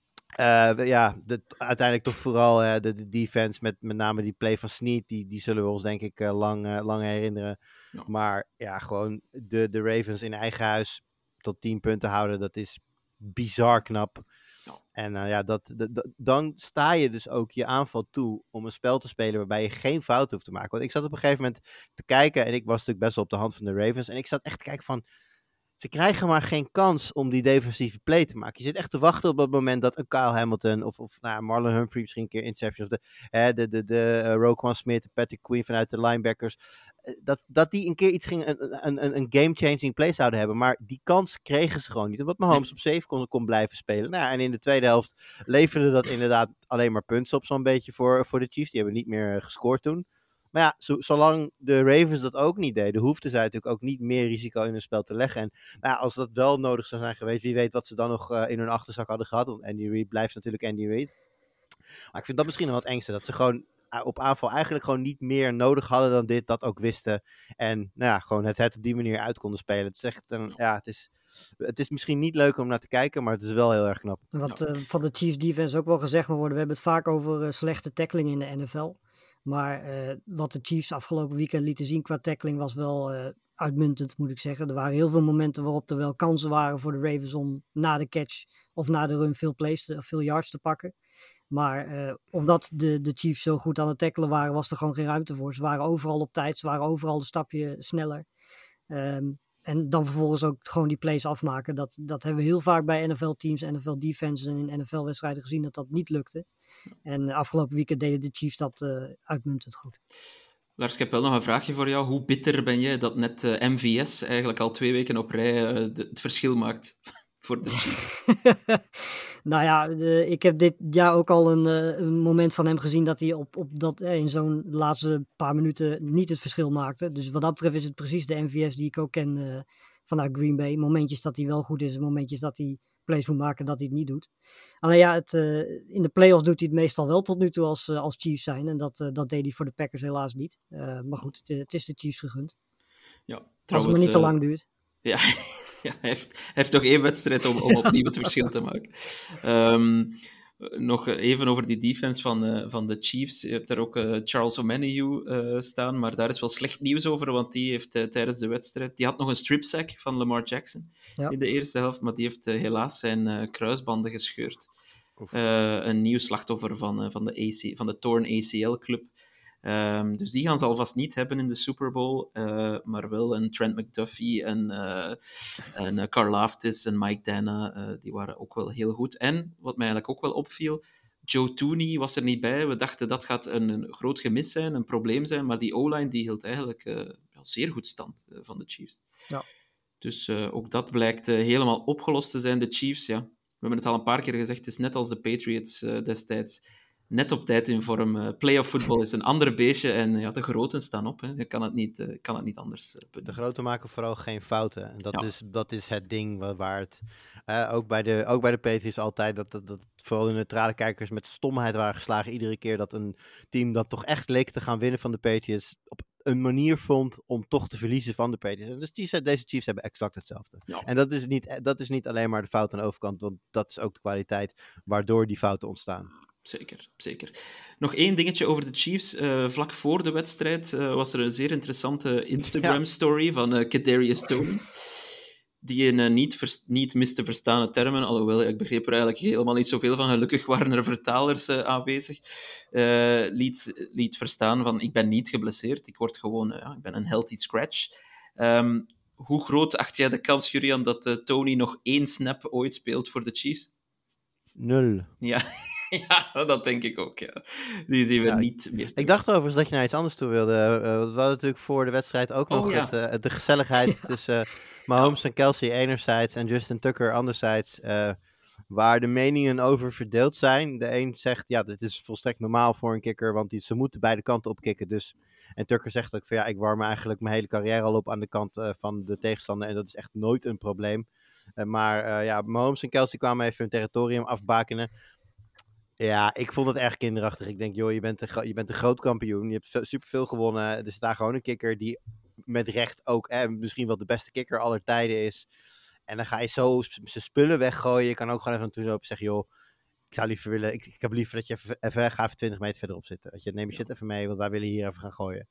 uiteindelijk toch vooral de defense met name die play van Snead, die zullen we ons denk ik lang herinneren. Ja. Maar ja, gewoon de Ravens in eigen huis tot 10 punten houden, dat is bizar knap. En dan sta je dus ook je aanval toe om een spel te spelen waarbij je geen fouten hoeft te maken. Want ik zat op een gegeven moment te kijken en ik was natuurlijk best wel op de hand van de Ravens. En ik zat echt te kijken van, ze krijgen maar geen kans om die defensieve play te maken. Je zit echt te wachten op dat moment dat een Kyle Hamilton of Marlon Humphrey misschien een keer interception. Of de Roquan Smith, de Patrick Queen vanuit de linebackers. Dat die een keer iets een game-changing play zouden hebben. Maar die kans kregen ze gewoon niet. Omdat Mahomes op safe kon blijven spelen. Nou, en in de tweede helft leverde dat inderdaad alleen maar punten op zo'n beetje voor de Chiefs. Die hebben niet meer gescoord toen. Maar ja, zolang de Ravens dat ook niet deden, hoefden zij natuurlijk ook niet meer risico in hun spel te leggen. En als dat wel nodig zou zijn geweest, wie weet wat ze dan nog in hun achterzak hadden gehad. Want Andy Reid blijft natuurlijk Andy Reid. Maar ik vind dat misschien nog wat engste, dat ze gewoon op aanval eigenlijk gewoon niet meer nodig hadden dan dit, dat ook wisten. En gewoon het op die manier uit konden spelen. Het is echt Het is misschien niet leuk om naar te kijken, maar het is wel heel erg knap. Wat van de Chiefs defense ook wel gezegd moet worden. We hebben het vaak over slechte tackling in de NFL. Maar wat de Chiefs afgelopen weekend lieten zien qua tackling was wel uitmuntend, moet ik zeggen. Er waren heel veel momenten waarop er wel kansen waren voor de Ravens om na de catch of na de run veel yards te pakken. Maar omdat de Chiefs zo goed aan het tackelen waren, was er gewoon geen ruimte voor. Ze waren overal op tijd, ze waren overal een stapje sneller. En dan vervolgens ook gewoon die plays afmaken. Dat hebben we heel vaak bij NFL-teams, NFL-defenses en in NFL-wedstrijden gezien dat dat niet lukte. En afgelopen weekend deden de Chiefs dat uitmuntend goed. Lars, ik heb wel nog een vraagje voor jou. Hoe bitter ben jij dat net MVS eigenlijk al 2 weken op rij het verschil maakt voor de Chiefs? Nou ja, ik heb dit jaar ook al een moment van hem gezien dat hij in zo'n laatste paar minuten niet het verschil maakte. Dus wat dat betreft is het precies de MVS die ik ook ken vanuit Green Bay. Momentjes dat hij wel goed is, momentjes dat hij plays moet maken dat hij het niet doet. Alleen ja, in de playoffs doet hij het meestal wel tot nu toe als Chiefs zijn. En dat deed hij voor de Packers helaas niet. Maar goed, het is de Chiefs gegund. Ja, als het trouwens, maar niet te lang duurt. Ja, ja hij heeft nog 1 wedstrijd om opnieuw het verschil te maken. Nog even over die defense van de Chiefs. Je hebt daar ook Charles Omenihu staan, maar daar is wel slecht nieuws over, want die heeft tijdens de wedstrijd... Die had nog een strip sack van Lamar Jackson in de eerste helft, maar die heeft helaas zijn kruisbanden gescheurd. Een nieuw slachtoffer van de torn ACL-club. Dus die gaan ze alvast niet hebben in de Super Bowl, maar wel een Trent McDuffie en Karlaftis en Mike Danna, die waren ook wel heel goed. En, wat mij eigenlijk ook wel opviel, Joe Thuney was er niet bij. We dachten dat gaat een groot gemis zijn, een probleem zijn, maar die O-line die hield eigenlijk zeer goed stand van de Chiefs. Ja. Dus ook dat blijkt helemaal opgelost te zijn. De Chiefs, ja, we hebben het al een paar keer gezegd, het is net als de Patriots destijds. Net op tijd in vorm. Playoff voetbal is een ander beestje en ja, de groten staan op. Hè. Je kan het niet anders putten. De groten maken vooral geen fouten. En dat is het ding waar het... ook bij de Patriots altijd dat vooral de neutrale kijkers met stomheid waren geslagen. Iedere keer dat een team dat toch echt leek te gaan winnen van de Patriots op een manier vond om toch te verliezen van de Patriots. En dus deze Chiefs hebben exact hetzelfde. Ja. En dat is niet alleen maar de fout aan de overkant, want dat is ook de kwaliteit waardoor die fouten ontstaan. Zeker. Nog 1 dingetje over de Chiefs. Vlak voor de wedstrijd was er een zeer interessante Instagram-story van Kadarius Toney. Die in niet mis te verstaande termen, alhoewel ik begreep er eigenlijk helemaal niet zoveel van, gelukkig waren er vertalers aanwezig, liet verstaan van ik ben niet geblesseerd, ik word gewoon, ik ben een healthy scratch. Hoe groot acht jij de kans, Jurian, dat Toney nog 1 snap ooit speelt voor de Chiefs? 0. Ja. Ja, dat denk ik ook, ja. Die zien we niet meer terug. Ik dacht overigens dat je naar iets anders toe wilde. We hadden natuurlijk voor de wedstrijd ook nog de gezelligheid tussen Mahomes en Kelsey enerzijds en Justin Tucker anderzijds, waar de meningen over verdeeld zijn. De een zegt, ja, dit is volstrekt normaal voor een kicker, want ze moeten beide kanten opkicken. Dus. En Tucker zegt ook van, ja, ik warm eigenlijk mijn hele carrière al op aan de kant van de tegenstander en dat is echt nooit een probleem. Maar Mahomes en Kelsey kwamen even hun territorium afbakenen. Ja, ik vond het erg kinderachtig. Ik denk, joh, je bent een groot kampioen. Je hebt superveel gewonnen. Er is daar gewoon een kikker die met recht ook misschien wel de beste kikker aller tijden is. En dan ga je zo zijn spullen weggooien. Je kan ook gewoon even naartoe lopen en zeggen, joh, ik zou liever willen, ik heb liever dat je even 20 meter verderop zit. Dat je neem je shit even mee, want wij willen hier even gaan gooien.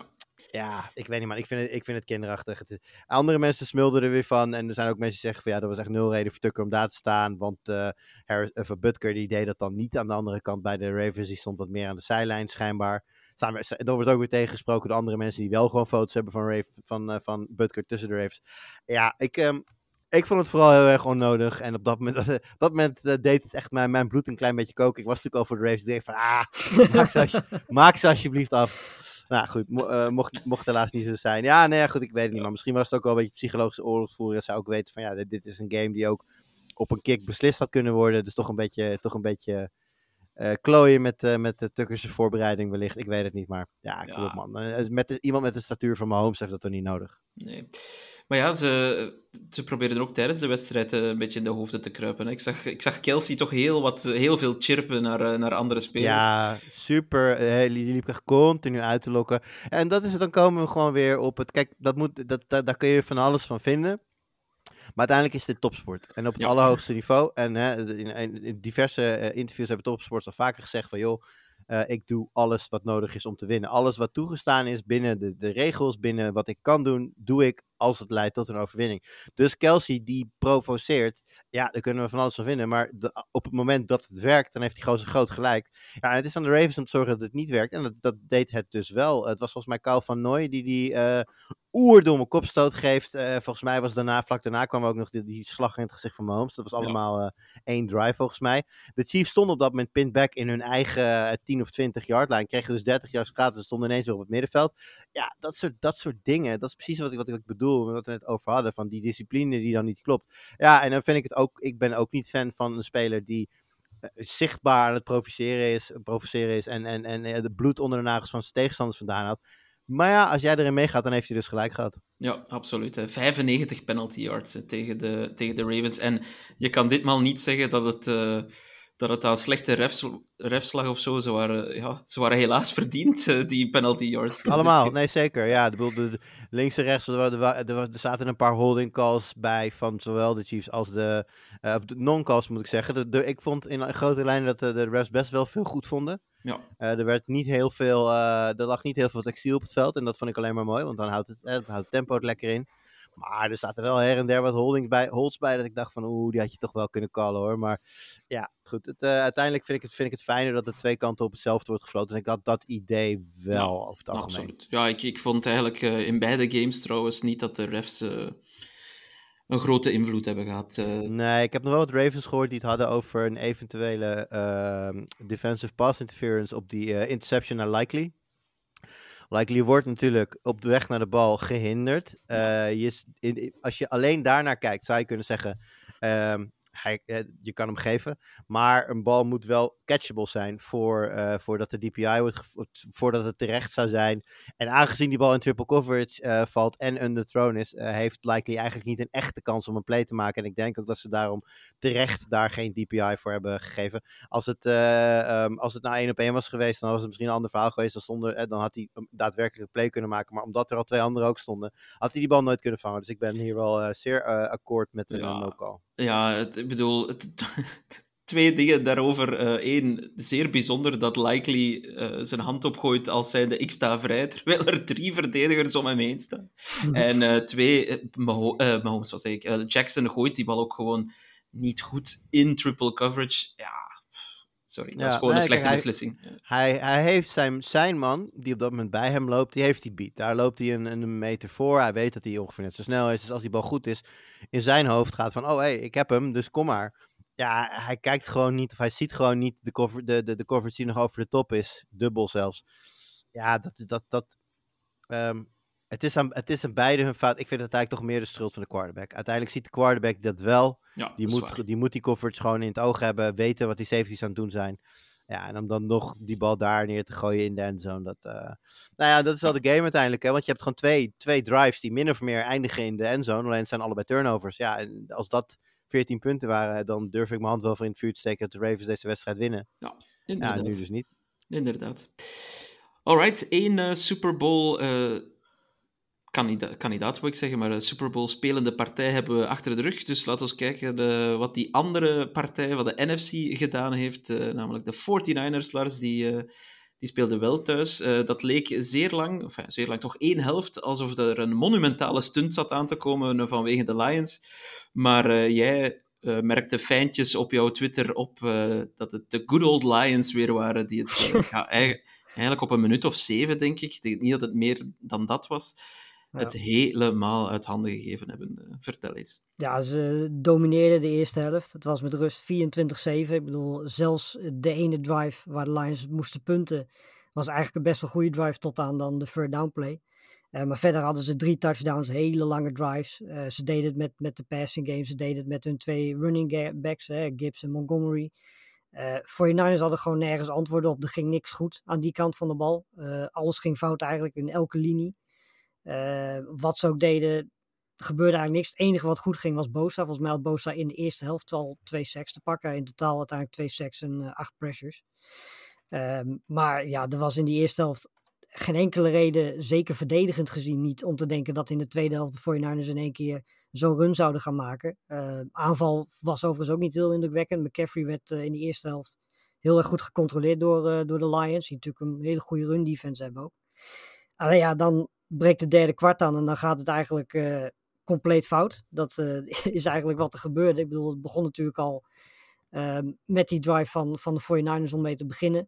Ja, ik weet niet, man. Ik vind het kinderachtig. Andere mensen smulden er weer van. En er zijn ook mensen die zeggen van ja, dat was echt 0 reden voor Tucker om daar te staan. Want Butker die deed dat dan niet aan de andere kant bij de Ravens. Die stond wat meer aan de zijlijn schijnbaar. Er wordt ook weer tegengesproken door andere mensen die wel gewoon foto's hebben van Butker tussen de Ravens. Ja, ik vond het vooral heel erg onnodig. En op dat moment deed het echt mijn bloed een klein beetje koken. Ik was natuurlijk al voor de Ravens. Ik dacht van maak ze alsjeblieft af. Nou goed, mocht helaas niet zo zijn. Ja, nee, goed, ik weet het niet. Maar misschien was het ook wel een beetje psychologische oorlogsvoering. Dat zou ook weten van ja, dit is een game die ook op een kick beslist had kunnen worden. Dus toch een beetje klooien met de Tuckerse voorbereiding wellicht. Ik weet het niet, maar ja, klopt man. Iemand met de statuur van Mahomes heeft dat toch niet nodig. Nee. Maar ja, ze probeerden ook tijdens de wedstrijd een beetje in de hoofden te kruipen. Ik zag Kelsey toch heel veel chirpen naar andere spelers. Ja, super. Die liep echt continu uit te lokken. En dat is het, dan komen we gewoon weer op het... Kijk, daar kun je van alles van vinden. Maar uiteindelijk is dit topsport. En op het allerhoogste niveau. En in diverse interviews hebben topsporters al vaker gezegd van joh, ik doe alles wat nodig is om te winnen. Alles wat toegestaan is binnen de regels, binnen wat ik kan doen, doe ik als het leidt tot een overwinning. Dus Kelsey die provoceert, ja, daar kunnen we van alles van vinden. Maar op het moment dat het werkt, dan heeft hij gewoon zijn groot gelijk. Ja, en het is aan de Ravens om te zorgen dat het niet werkt. En dat deed het dus wel. Het was volgens mij Kyle Van Noy die oerdomme kopstoot geeft. Volgens mij was vlak daarna kwam ook nog die slag in het gezicht van Mahomes. Dat was allemaal 1 drive volgens mij. De Chiefs stonden op dat moment pinned back in hun eigen 10 of 20 yard lijn. Kregen dus 30 yards gratis en stonden ineens weer op het middenveld. Ja, dat soort dingen. Dat is precies wat ik bedoel. Wat we het over hadden. Van die discipline die dan niet klopt. Ja, en dan vind ik het ook. Ik ben ook niet fan van een speler die zichtbaar aan het provoceren is en de bloed onder de nagels van zijn tegenstanders vandaan haalt. Maar ja, als jij erin meegaat, dan heeft hij dus gelijk gehad. Ja, absoluut. 95 penalty yards tegen de Ravens. En je kan ditmaal niet zeggen dat het aan slechte refs lag of zo. Ze waren helaas verdiend, die penalty yards. Allemaal, nee zeker. Ja, de links en rechts, er zaten een paar holding calls bij van zowel de Chiefs als de non-calls, moet ik zeggen. Ik vond in grote lijnen dat de refs best wel veel goed vonden. Ja. Er lag niet heel veel textiel op het veld en dat vond ik alleen maar mooi, want dan houdt het tempo het lekker in. Maar er zaten wel her en der wat holds bij dat ik dacht van die had je toch wel kunnen callen hoor. Maar ja, goed. Uiteindelijk vind ik het fijner dat de twee kanten op hetzelfde wordt gefloten. En ik had dat idee wel over het algemeen. Absoluut. Ja, ik vond eigenlijk in beide games trouwens niet dat de refs een grote invloed hebben gehad. Nee, ik heb nog wel wat Ravens gehoord die het hadden over een eventuele defensive pass interference op die interception naar Likely. Likely wordt natuurlijk op de weg naar de bal gehinderd. Als je alleen daarnaar kijkt, zou je kunnen zeggen, je kan hem geven. Maar een bal moet wel catchable zijn voordat de DPI voordat het terecht zou zijn. En aangezien die bal in triple coverage valt en underthrown is, heeft Likely eigenlijk niet een echte kans om een play te maken. En ik denk ook dat ze daarom terecht daar geen DPI voor hebben gegeven. Als het nou 1-op-1 was geweest, dan was het misschien een ander verhaal geweest. Dan had hij daadwerkelijk een play kunnen maken. Maar omdat er al 2 anderen ook stonden, had hij die bal nooit kunnen vangen. Dus ik ben hier wel zeer akkoord met de no-call. Ja, ik bedoel, 2 dingen daarover. 1, zeer bijzonder dat Likely zijn hand opgooit als zijnde ik sta vrij, terwijl er 3 verdedigers om hem heen staan. En 2, Mahomes, wat zeg ik, Jackson gooit die bal ook gewoon niet goed in triple coverage. Ja, sorry, dat is gewoon een slechte beslissing. Ja. Hij heeft zijn man, die op dat moment bij hem loopt, die heeft hij beat. Daar loopt hij een meter voor. Hij weet dat hij ongeveer net zo snel is. Dus als die bal goed is, in zijn hoofd gaat van, ik heb hem, dus kom maar. Ja, hij kijkt gewoon niet, of hij ziet gewoon niet de coverage die nog over de top is. Dubbel zelfs. Ja, het is aan beide hun fout. Ik vind het eigenlijk toch meer de schuld van de quarterback. Uiteindelijk ziet de quarterback dat wel. Ja, die moet die coverage gewoon in het oog hebben. Weten wat die safeties aan het doen zijn. Ja, en om dan nog die bal daar neer te gooien in de endzone. Dat is wel de game uiteindelijk. Hè? Want je hebt gewoon twee drives die min of meer eindigen in de endzone. Alleen het zijn allebei turnovers. Ja, en als dat 14 punten waren, dan durf ik mijn hand wel voor in het vuur te steken dat de Ravens deze wedstrijd winnen. Ja, inderdaad. Ja, nu dus niet. Inderdaad. Alright, 1 Super Bowl kandidaat, wil ik zeggen, maar een Super Bowl spelende partij hebben we achter de rug. Dus laten we kijken wat die andere partij van de NFC gedaan heeft. Namelijk de 49ers, Lars, die speelden wel thuis. Dat leek zeer lang, toch 1 helft, alsof er een monumentale stunt zat aan te komen vanwege de Lions. Maar jij merkte fijntjes op jouw Twitter op dat het de good old Lions weer waren die het eigenlijk op een minuut of 7, denk ik. Ik denk niet dat het meer dan dat was. Het helemaal uit handen gegeven hebben. Vertel eens. Ja, ze domineerden de eerste helft. Het was met rust 24-7. Ik bedoel, zelfs de ene drive waar de Lions moesten punten, was eigenlijk een best wel goede drive tot aan dan de third down play. Maar verder hadden ze 3 touchdowns, hele lange drives. Ze deden het met de passing game. Ze deden het met hun 2 running backs, Gibbs en Montgomery. 49ers hadden gewoon nergens antwoorden op. Er ging niks goed aan die kant van de bal. Alles ging fout eigenlijk in elke linie. Wat ze ook deden, gebeurde eigenlijk niks. Het enige wat goed ging was Bosa. Volgens mij had Bosa in de eerste helft al 2 sacks te pakken. In totaal uiteindelijk 2 sacks en 8 pressures. Maar ja, er was in die eerste helft geen enkele reden, zeker verdedigend gezien niet, om te denken dat in de tweede helft de 49ers in één keer zo'n run zouden gaan maken. Aanval was overigens ook niet heel indrukwekkend. McCaffrey werd in de eerste helft heel erg goed gecontroleerd door de Lions. Die natuurlijk een hele goede run defense hebben ook. Alleen ja, dan breekt het derde kwart aan en dan gaat het eigenlijk compleet fout. Dat is eigenlijk wat er gebeurde. Ik bedoel, het begon natuurlijk al met die drive van de 49ers om mee te beginnen.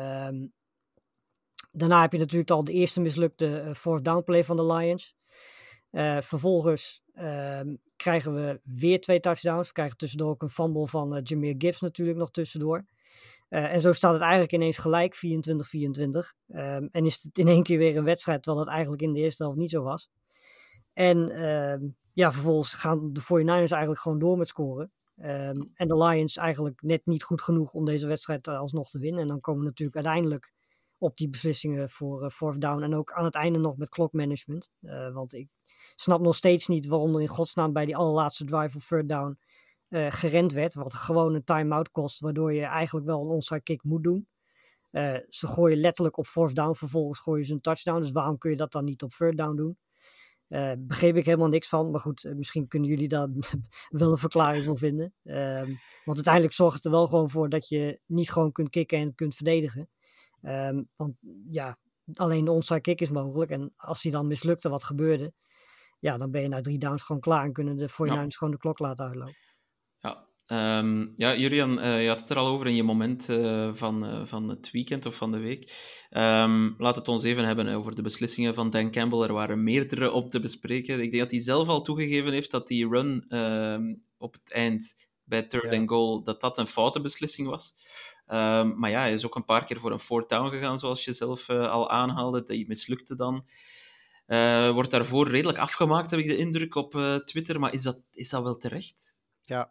Daarna heb je natuurlijk al de eerste mislukte fourth down play van de Lions. Vervolgens krijgen we weer 2 touchdowns. We krijgen tussendoor ook een fumble van Jahmyr Gibbs natuurlijk nog tussendoor. En zo staat het eigenlijk ineens gelijk, 24-24. En is het in één keer weer een wedstrijd, terwijl dat eigenlijk in de eerste helft niet zo was. En vervolgens gaan de 49ers eigenlijk gewoon door met scoren. En de Lions eigenlijk net niet goed genoeg om deze wedstrijd alsnog te winnen. En dan komen we natuurlijk uiteindelijk op die beslissingen voor fourth down. En ook aan het einde nog met clock management. Want ik snap nog steeds niet waarom er in godsnaam bij die allerlaatste drive op third down gerend werd. Wat gewoon een time-out kost, waardoor je eigenlijk wel een onside kick moet doen. Ze gooien letterlijk op fourth down, vervolgens gooien ze een touchdown. Dus waarom kun je dat dan niet op third down doen? Begreep ik helemaal niks van. Maar goed, misschien kunnen jullie daar wel een verklaring voor vinden. Want uiteindelijk zorgt het er wel gewoon voor dat je niet gewoon kunt kicken en kunt verdedigen. Want ja, alleen de onside kick is mogelijk. En als die dan mislukte wat gebeurde, ja, dan ben je na 3 downs gewoon klaar en kunnen de 49ers gewoon de klok laten uitlopen. Ja, Jurian, je had het er al over in je moment van het weekend of van de week. Laat het ons even hebben over de beslissingen van Dan Campbell. Er waren meerdere op te bespreken. Ik denk dat hij zelf al toegegeven heeft dat die run op het eind bij third and goal, dat een foute beslissing was. Maar ja, hij is ook een paar keer voor een fourth down gegaan, zoals je zelf al aanhaalde. Die mislukte dan. Wordt daarvoor redelijk afgemaakt, heb ik de indruk, op Twitter. Maar is dat wel terecht? Ja.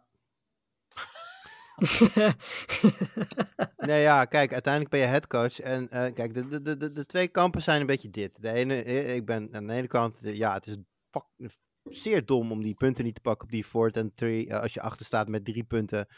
Nee, ja, kijk, uiteindelijk ben je headcoach. En kijk, de twee kampen zijn een beetje dit. De ene, ik ben aan de ene kant, het is zeer dom om die punten niet te pakken op die 4th and 3, als je achter staat met 3 punten.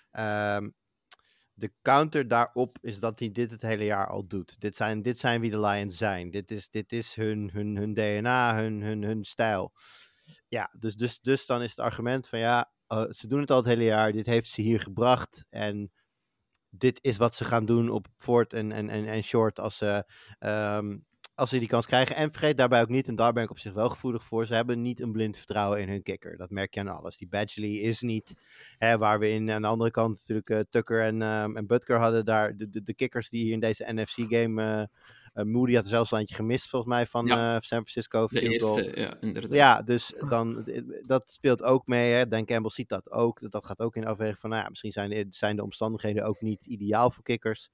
De counter daarop is dat hij dit het hele jaar al doet. Dit zijn wie de Lions zijn. Dit is hun DNA, hun stijl. Ja, dus dan is het argument van ze doen het al het hele jaar. Dit heeft ze hier gebracht. En dit is wat ze gaan doen op fourth en short als ze die kans krijgen. En vergeet daarbij ook niet, en daar ben ik op zich wel gevoelig voor, ze hebben niet een blind vertrouwen in hun kicker. Dat merk je aan alles. Die Badgley is niet, waar we aan de andere kant natuurlijk Tucker en Butker hadden, daar de kickers die hier in deze NFC-game... Moody had er zelfs een eentje gemist, volgens mij, van San Francisco. De eerste, ja, inderdaad. Ja, dus dan, dat speelt ook mee. Hè. Dan Campbell ziet dat ook. Dat gaat ook in overweging van, misschien zijn de omstandigheden ook niet ideaal voor kikkers.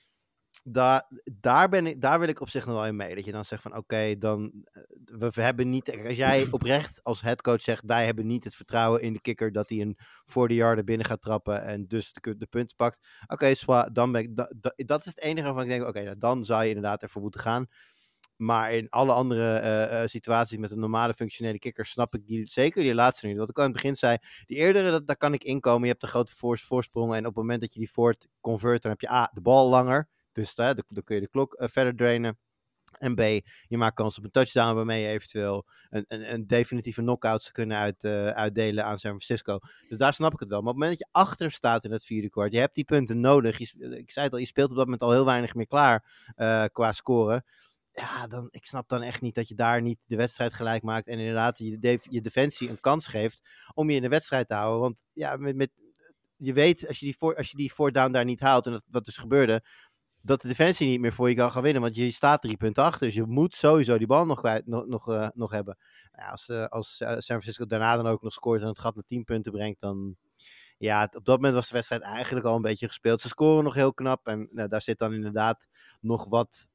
Daar wil ik op zich nog wel in mee. Dat je dan zegt van, oké, dan we hebben niet... Als jij oprecht als headcoach zegt, wij hebben niet het vertrouwen in de kikker dat hij een 40-yarder binnen gaat trappen en dus de punten pakt. Oké, dan ben ik... Dat is het enige waarvan ik denk, oké, dan zou je inderdaad ervoor moeten gaan. Maar in alle andere situaties met een normale functionele kikker snap ik zeker die laatste niet. Wat ik al in het begin zei, die eerdere, daar kan ik inkomen. Je hebt een grote voorsprong en op het moment dat je die fourth convert, dan heb je de bal langer. Dus dan kun je de klok verder drainen. En B, je maakt kans op een touchdown waarmee je eventueel een definitieve knockout zou kunnen uitdelen aan San Francisco. Dus daar snap ik het wel. Maar op het moment dat je achter staat in het vierde kwart, je hebt die punten nodig. Ik zei het al, je speelt op dat moment al heel weinig meer klaar qua scoren. Ja, ik snap dan echt niet dat je daar niet de wedstrijd gelijk maakt en inderdaad je defensie een kans geeft om je in de wedstrijd te houden. Want ja, je weet, als je die fourth down daar niet haalt, en dat dus gebeurde, dat de defensie niet meer voor je kan gaan winnen, want je staat 3 punten achter, dus je moet sowieso die bal nog hebben. Ja, als San Francisco daarna dan ook nog scoort en het gat naar 10 punten brengt, dan... Ja, op dat moment was de wedstrijd eigenlijk al een beetje gespeeld. Ze scoren nog heel knap en daar zit dan inderdaad nog wat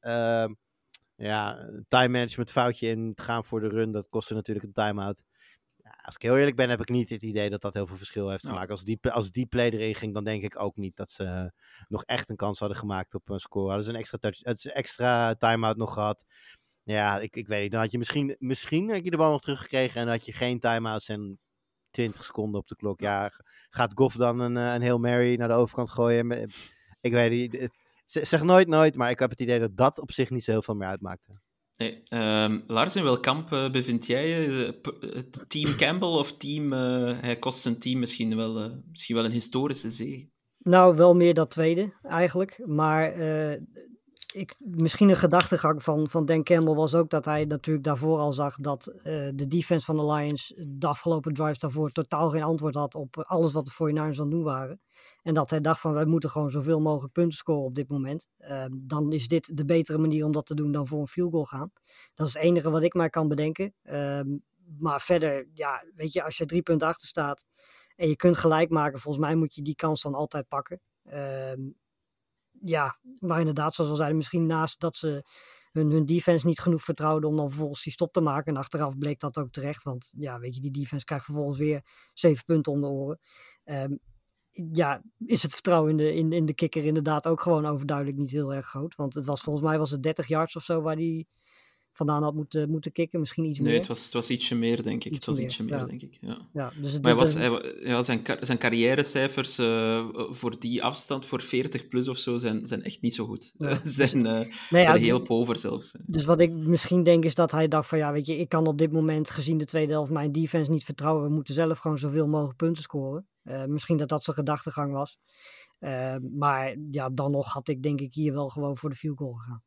time management foutje in te gaan voor de run. Dat kostte natuurlijk een time-out. Ja, als ik heel eerlijk ben, heb ik niet het idee dat dat heel veel verschil heeft gemaakt. Als die play erin ging, dan denk ik ook niet dat ze nog echt een kans hadden gemaakt op een score. Hadden ze een extra time-out nog gehad. Ja, ik weet niet. Dan had je misschien had je de bal nog teruggekregen en had je geen time-outs en 20 seconden op de klok. Ja, gaat Goff dan een Hail Mary naar de overkant gooien? Ik weet niet. Zeg nooit, maar ik heb het idee dat op zich niet zo heel veel meer uitmaakte. Nee. Lars, in welk kamp bevind jij je? Team Campbell of team... hij kost zijn team misschien wel een historische zege? Nou, wel meer dat tweede eigenlijk. Maar misschien een gedachtegang van Dan Campbell was ook dat hij natuurlijk daarvoor al zag dat de defense van de Lions de afgelopen drives daarvoor totaal geen antwoord had op alles wat de 49ers aan het doen waren. En dat hij dacht van wij moeten gewoon zoveel mogelijk punten scoren op dit moment. Dan is dit de betere manier om dat te doen dan voor een field goal gaan. Dat is het enige wat ik maar kan bedenken. Maar verder, ja, weet je, als je 3 punten achter staat en je kunt gelijk maken, volgens mij moet je die kans dan altijd pakken. Ja, maar inderdaad, zoals we zeiden, misschien naast dat ze hun defense niet genoeg vertrouwden om dan vervolgens die stop te maken. En achteraf bleek dat ook terecht, want ja, weet je, die defense krijgt vervolgens weer 7 punten om de oren. Ja, is het vertrouwen in de kikker inderdaad ook gewoon overduidelijk niet heel erg groot. Want volgens mij was het 30 yards of zo waar die vandaan had moeten kicken, misschien iets meer. Nee, het was ietsje meer, denk ik. Denk ik. Ja. Ja, dus maar zijn carrièrecijfers voor die afstand, voor 40 plus of zo, zijn echt niet zo goed. Ja. Zijn heel pover zelfs. Dus wat ik misschien denk is dat hij dacht van ja, weet je, ik kan op dit moment gezien de tweede helft mijn defense niet vertrouwen. We moeten zelf gewoon zoveel mogelijk punten scoren. Misschien dat zijn gedachtegang was. Maar ja, dan nog had ik denk ik hier wel gewoon voor de field goal gegaan.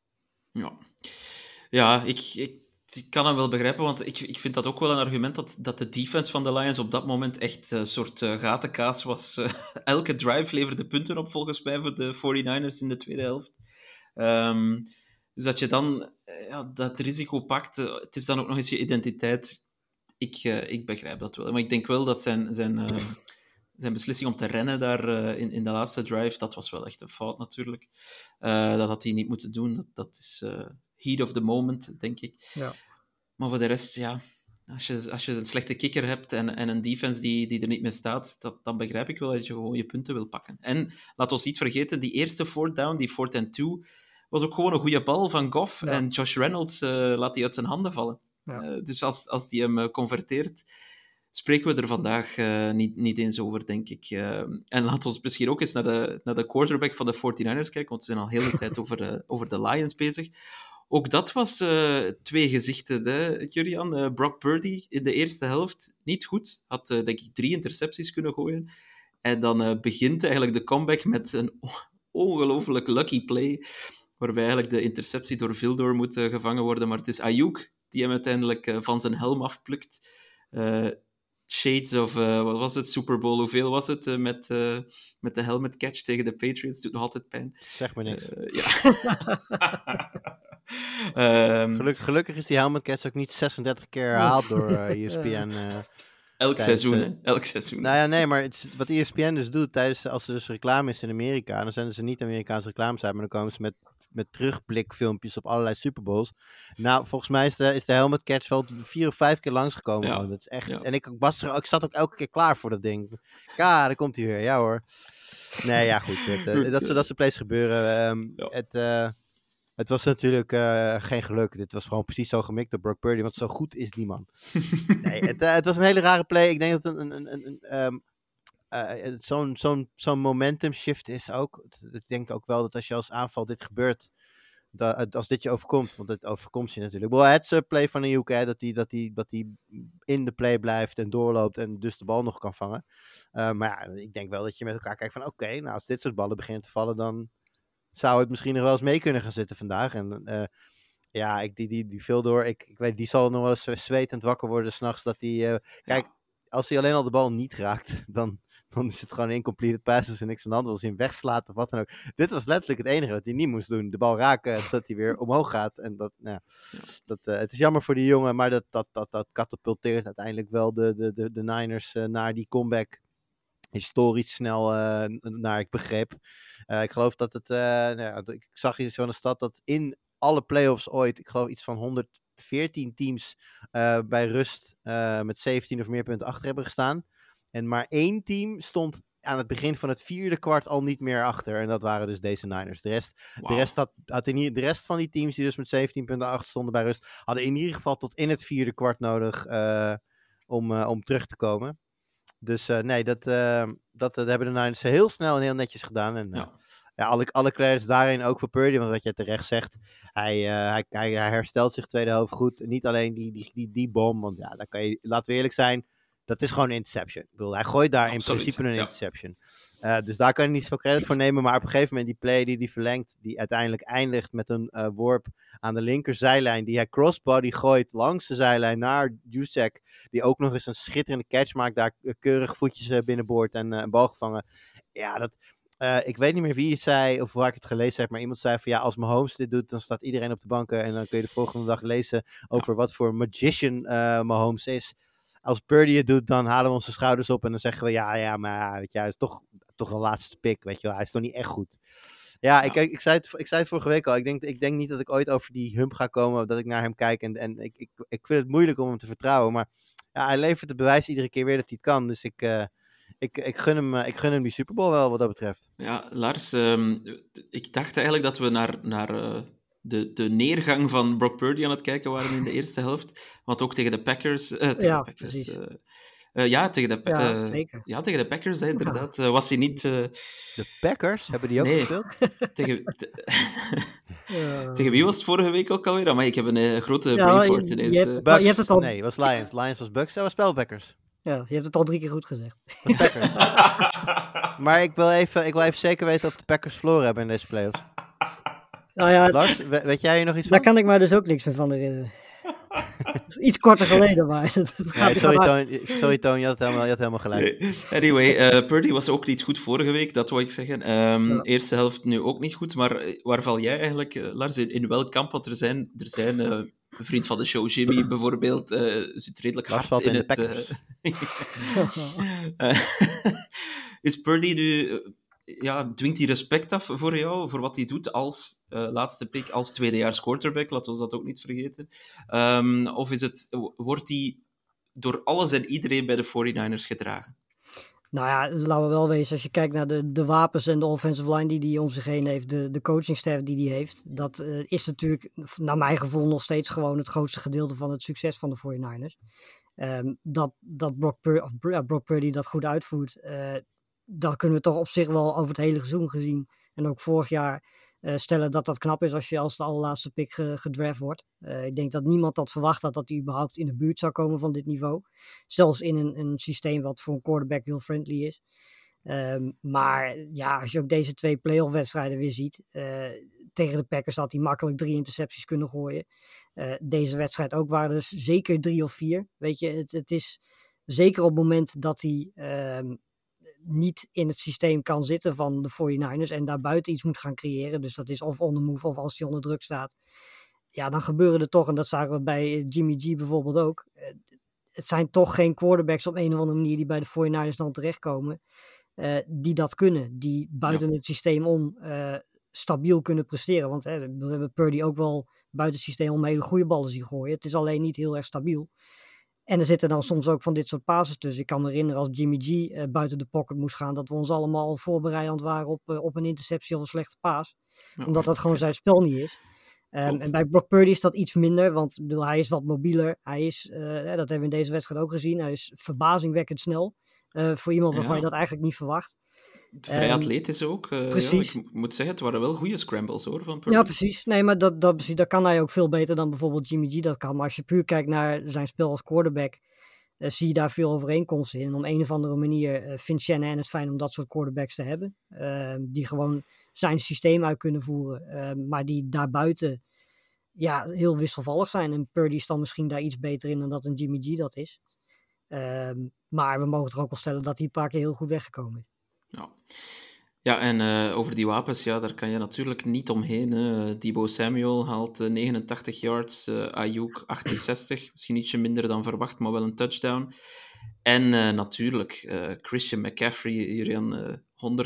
Ja, ik kan hem wel begrijpen, want ik vind dat ook wel een argument dat de defense van de Lions op dat moment echt een soort gatenkaas was. Elke drive leverde punten op, volgens mij, voor de 49ers in de tweede helft. Dus dat je dan dat risico pakt, het is dan ook nog eens je identiteit. Ik begrijp dat wel. Maar ik denk wel dat zijn beslissing om te rennen daar in de laatste drive, dat was wel echt een fout natuurlijk. Dat had hij niet moeten doen. Dat is heat of the moment, denk ik. Ja. Maar voor de rest, ja, als je een slechte kicker hebt en een defense die er niet meer staat, dan begrijp ik wel dat je gewoon je punten wil pakken. En laat ons niet vergeten, die eerste fourth down, die 4th and 2, was ook gewoon een goede bal van Goff. Ja. En Josh Reynolds laat die uit zijn handen vallen. Ja. Dus als die hem converteert, spreken we er vandaag niet eens over, denk ik. En laat ons misschien ook eens naar de quarterback van de 49ers kijken, want we zijn al heel de tijd over de Lions bezig. Ook dat was twee gezichten, hè, Jurian. Brock Purdy in de eerste helft niet goed. Had, denk ik, 3 intercepties kunnen gooien. En dan begint eigenlijk de comeback met een ongelooflijk lucky play, waarbij eigenlijk de interceptie door Vildor moet gevangen worden. Maar het is Ayuk die hem uiteindelijk van zijn helm afplukt. Shades of, wat was het, Super Bowl, hoeveel was het met de helmet catch tegen de Patriots? Doet nog altijd pijn. Zeg maar niks. Gelukkig is die helmet catch ook niet 36 keer herhaald door ESPN. Elk seizoen. Nou ja, nee, maar wat ESPN dus doet, als er dus reclame is in Amerika, dan zenden ze niet Amerikaanse reclames uit, maar dan komen ze met terugblikfilmpjes op allerlei Super Bowls. Nou, volgens mij is de helmet catch wel 4 of 5 keer langsgekomen. Ja. Dat is echt. Ja. En ik zat ook elke keer klaar voor dat ding. Ja, daar komt hij weer. Ja hoor. Nee, ja goed. Dat soort plays gebeuren. Het was natuurlijk geen geluk. Dit was gewoon precies zo gemikt door Brock Purdy, want zo goed is die man. Nee, het was een hele rare play. Ik denk dat het zo'n momentum shift is ook. Ik denk ook wel dat als je als aanval dit gebeurt, als dit je overkomt, want het overkomt je natuurlijk. Het is play van de UK, dat hij in de play blijft en doorloopt en dus de bal nog kan vangen. Maar ja, ik denk wel dat je met elkaar kijkt van oké, nou als dit soort ballen beginnen te vallen, dan zou het misschien nog wel eens mee kunnen gaan zitten vandaag. En ja, die Vildor, ik weet, die zal nog wel eens zwetend wakker worden 's nachts dat hij... Kijk, als hij alleen al de bal niet raakt, dan is het gewoon incompleted passes en niks aan de hand. Als hij hem wegslaat of wat dan ook. Dit was letterlijk het enige wat hij niet moest doen. De bal raken, zodat hij weer omhoog gaat. En het is jammer voor die jongen, maar dat katapulteert uiteindelijk wel de Niners naar die comeback historisch snel naar ik begreep. Ik geloof dat ik zag hier zo'n stad dat in alle playoffs ooit, ik geloof iets van 114 teams bij rust met 17 of meer punten achter hebben gestaan. En maar 1 team stond aan het begin van het 4e kwart al niet meer achter. En dat waren dus deze Niners. De rest van die teams die dus met 17 punten achter stonden bij rust, hadden in ieder geval tot in het 4e kwart nodig om terug te komen. Dus nee, dat hebben de Niners heel snel en heel netjes gedaan. En alle credits daarin ook voor Purdy, want wat je terecht zegt, hij herstelt zich tweede helft goed. Niet alleen die bom, want ja, laten we eerlijk zijn, dat is gewoon een interception. Ik bedoel, hij gooit daar in principe een interception. Dus daar kan je niet veel credit voor nemen, maar op een gegeven moment die play die verlengt, die uiteindelijk eindigt met een worp aan de linkerzijlijn, die hij crossbody gooit langs de zijlijn naar Juszczyk, die ook nog eens een schitterende catch maakt, daar keurig voetjes binnenboord en een bal gevangen. Ja, ik weet niet meer wie het zei of waar ik het gelezen heb, maar iemand zei van ja, als Mahomes dit doet, dan staat iedereen op de banken en dan kun je de volgende dag lezen over wat voor magician Mahomes is. Als Purdy het doet, dan halen we onze schouders op en dan zeggen we ja, maar weet je, hij is toch een laatste pick, weet je wel, hij is toch niet echt goed. Ja, ik zei het vorige week al, ik denk niet dat ik ooit over die hump ga komen, dat ik naar hem kijk en ik vind het moeilijk om hem te vertrouwen, maar ja, hij levert het bewijs iedere keer weer dat hij het kan, dus ik gun hem die Super Bowl wel, wat dat betreft. Ja, Lars, ik dacht eigenlijk dat we naar de neergang van Brock Purdy aan het kijken waren in de eerste helft. Want ook tegen de Packers... tegen de Packers, inderdaad. Was hij niet... De Packers? Hebben die ook gespeeld? Tegen wie was het vorige week ook alweer? Maar ik heb een grote brain fart ineens. Je hebt het al... Nee, het was Lions. Lions was Bucks. Dat was wel Packers. Ja, je hebt het al 3 keer goed gezegd. Packers. Maar ik wil even zeker weten of de Packers verloren hebben in deze playoffs. Nou ja, Lars, weet jij hier nog iets van? Daar kan ik me dus ook niks meer van herinneren. Iets korter geleden, maar... Sorry Toon, je had helemaal gelijk. Nee. Anyway, Purdy was ook niet goed vorige week, dat wou ik zeggen. Eerste helft nu ook niet goed, maar waar val jij eigenlijk, Lars, in welk kamp? Want er zijn een vriend van de show, Jimmy bijvoorbeeld, zit redelijk hard in het... Is Purdy nu... dwingt hij respect af voor jou, voor wat hij doet als laatste pick, als tweedejaars quarterback, laten we dat ook niet vergeten. Of wordt hij door alles en iedereen bij de 49ers gedragen? Nou ja, laten we wel wezen, als je kijkt naar de wapens en de offensive line die hij om zich heen heeft, de coachingstaff die hij heeft, dat is natuurlijk, naar mijn gevoel, nog steeds gewoon het grootste gedeelte van het succes van de 49ers. Dat Brock Purdy dat goed uitvoert, dat kunnen we toch op zich wel over het hele seizoen gezien. En ook vorig jaar stellen dat knap is als je als de allerlaatste pick gedraft wordt. Ik denk dat niemand dat verwacht had dat hij überhaupt in de buurt zou komen van dit niveau. Zelfs in een systeem wat voor een quarterback heel friendly is. Maar ja, als je ook deze 2 playoff wedstrijden weer ziet. Tegen de Packers had hij makkelijk 3 intercepties kunnen gooien. Deze wedstrijd ook waren dus zeker 3 of 4. Weet je, het is zeker op het moment dat hij... niet in het systeem kan zitten van de 49ers en daarbuiten iets moet gaan creëren. Dus dat is of on the move of als hij onder druk staat. Ja, dan gebeuren er toch, en dat zagen we bij Jimmy G bijvoorbeeld ook. Het zijn toch geen quarterbacks op een of andere manier die bij de 49ers dan terechtkomen. Die dat kunnen. Die buiten het systeem om stabiel kunnen presteren. Want we hebben Purdy ook wel buiten het systeem om hele goede ballen zien gooien. Het is alleen niet heel erg stabiel. En er zitten dan soms ook van dit soort passes tussen. Ik kan me herinneren als Jimmy G buiten de pocket moest gaan, dat we ons allemaal voorbereid waren op een interceptie of een slechte paas. Omdat dat gewoon zijn spel niet is. En bij Brock Purdy is dat iets minder, want hij is wat mobieler. Hij is, dat hebben we in deze wedstrijd ook gezien, hij is verbazingwekkend snel. Voor iemand waarvan je dat eigenlijk niet verwacht. Vrij atletisch ook. Precies. Ik moet zeggen, het waren wel goede scrambles hoor, van Purdy. Ja, precies. Nee, maar dat kan hij ook veel beter dan bijvoorbeeld Jimmy G dat kan. Maar als je puur kijkt naar zijn spel als quarterback, zie je daar veel overeenkomsten in. En om een of andere manier vindt Shanahan het fijn om dat soort quarterbacks te hebben. Die gewoon zijn systeem uit kunnen voeren. Maar die daarbuiten heel wisselvallig zijn. En Purdy is dan misschien daar iets beter in dan dat een Jimmy G dat is. Maar we mogen toch ook wel stellen dat hij een paar keer heel goed weggekomen is. Ja, en over die wapens, daar kan je natuurlijk niet omheen. Deebo Samuel haalt 89 yards, Ayuk 68, misschien ietsje minder dan verwacht, maar wel een touchdown. En natuurlijk Christian McCaffrey hier aan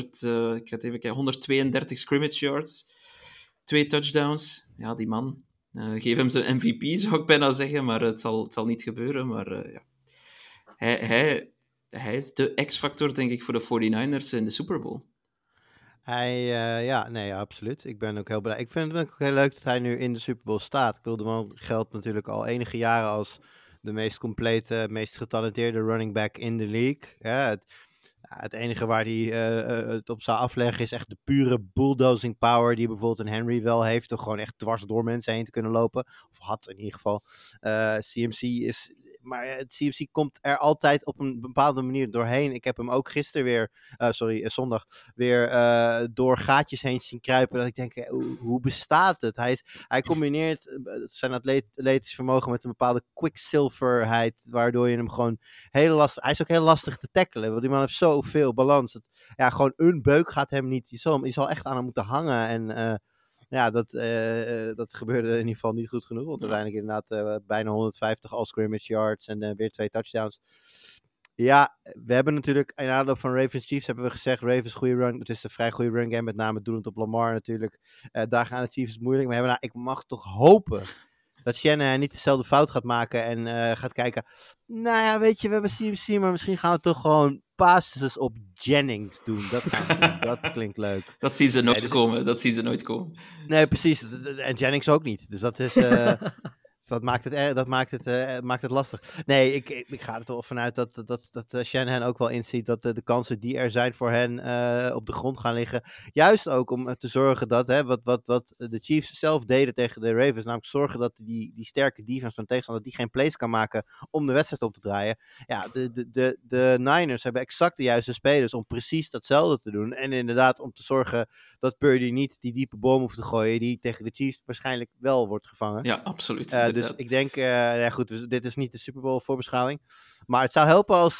132 scrimmage yards, 2 touchdowns. Ja, die man, geef hem zijn MVP, zou ik bijna zeggen, maar het zal niet gebeuren. Maar hij is de X-factor, denk ik, voor de 49ers in de Super Bowl. Absoluut. Ik ben ook heel blij. Ik vind het ook heel leuk dat hij nu in de Super Bowl staat. Ik bedoel, de man geldt natuurlijk al enige jaren als de meest complete, meest getalenteerde running back in de league. Ja, het enige waar hij het op zou afleggen is echt de pure bulldozing power die bijvoorbeeld een Henry wel heeft. Om gewoon echt dwars door mensen heen te kunnen lopen. Of had in ieder geval. CMC is... Maar het CMC komt er altijd op een bepaalde manier doorheen. Ik heb hem ook gisteren weer, zondag, weer door gaatjes heen zien kruipen. Dat ik denk, hoe bestaat het? Hij combineert zijn atletisch vermogen met een bepaalde quicksilverheid. Waardoor je hem gewoon heel lastig... Hij is ook heel lastig te tackelen. Want die man heeft zoveel balans. Gewoon een beuk gaat hem niet... Je zal echt aan hem moeten hangen. En... dat gebeurde in ieder geval niet goed genoeg. Want uiteindelijk inderdaad bijna 150 all-scrimmage yards en weer 2 touchdowns. Ja, we hebben natuurlijk in aanloop van Ravens Chiefs hebben we gezegd, Ravens goede run. Het is een vrij goede run game, met name doelend op Lamar natuurlijk. Daar gaan de Chiefs het moeilijk mee hebben. Nou, ik mag toch hopen dat Shanahan niet dezelfde fout gaat maken en gaat kijken. Nou ja, weet je, we hebben CMC, maar misschien gaan we toch gewoon passes op Jennings doen. Dat gaan we doen. Dat klinkt leuk. Dat zien ze nooit komen. Dat zien ze nooit komen. Nee, precies. En Jennings ook niet. Dus dat is... dat maakt het lastig. Nee, ik ga er toch vanuit dat Shanahan ook wel inziet dat de kansen die er zijn voor hen op de grond gaan liggen. Juist ook om te zorgen dat, wat de Chiefs zelf deden tegen de Ravens, namelijk zorgen dat die sterke defense van tegenstander die geen plays kan maken om de wedstrijd op te draaien. Ja, de Niners hebben exact de juiste spelers om precies datzelfde te doen. En inderdaad om te zorgen dat Purdy niet die diepe boom hoeft te gooien die tegen de Chiefs waarschijnlijk wel wordt gevangen. Ja, absoluut. Dus ik denk, goed, dit is niet de Super Bowl voorbeschouwing. Maar het zou helpen als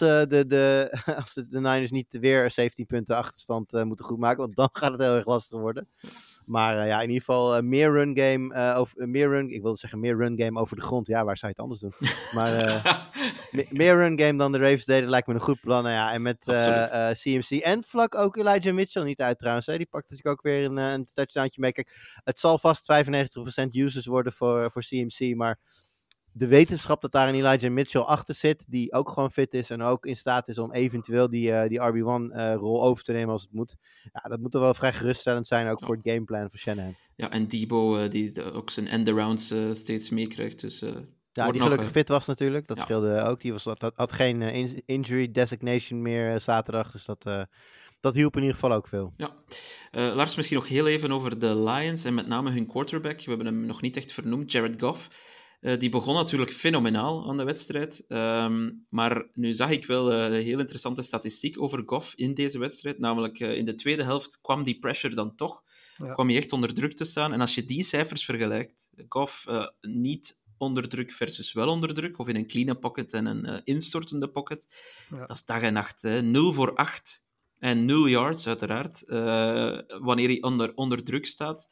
de Niners niet weer 17 punten achterstand moeten goedmaken. Want dan gaat het heel erg lastig worden. Maar in ieder geval meer run game. Ik wilde zeggen meer run game over de grond. Ja, waar zou je het anders doen? Maar meer run game dan de Ravens deden lijkt me een goed plan. En met CMC en vlak ook Elijah Mitchell niet uit trouwens. Die pakt natuurlijk ook weer een touchdowntje mee. Kijk, het zal vast 95% users worden voor CMC. Maar de wetenschap dat daar een Elijah Mitchell achter zit, die ook gewoon fit is en ook in staat is om eventueel die RB1-rol over te nemen als het moet. Ja, dat moet er wel vrij geruststellend zijn, ook voor het gameplan van Shanahan. Ja, en Debo, die ook zijn end-arounds steeds meekrijgt. Dus, die gelukkig fit was natuurlijk. Dat scheelde ook. Die had geen injury designation meer zaterdag, dus dat hielp in ieder geval ook veel. Ja. Lars, misschien nog heel even over de Lions en met name hun quarterback. We hebben hem nog niet echt vernoemd, Jared Goff. Die begon natuurlijk fenomenaal aan de wedstrijd. Maar nu zag ik wel een heel interessante statistiek over Goff in deze wedstrijd. Namelijk in de tweede helft kwam die pressure dan toch. Ja. Kwam hij echt onder druk te staan. En als je die cijfers vergelijkt, Goff niet onder druk versus wel onder druk, of in een clean pocket en een instortende pocket, dat is dag en nacht. 0 voor 8 en 0 yards uiteraard, wanneer hij onder druk staat.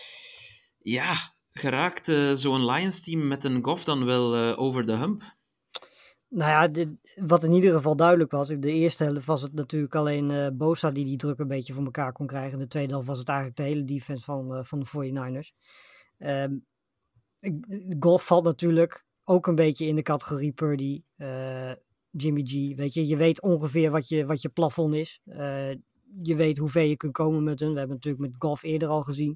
Ja, geraakt zo'n Lions-team met een Goff dan wel over de hump? Nou ja, wat in ieder geval duidelijk was, in de eerste helft was het natuurlijk alleen Bosa die druk een beetje voor elkaar kon krijgen. In de tweede helft was het eigenlijk de hele defense van de 49ers. Goff valt natuurlijk ook een beetje in de categorie Purdy, Jimmy G. Weet je weet ongeveer wat je plafond is. Je weet hoe ver je kunt komen met hun. We hebben natuurlijk met Goff eerder al gezien.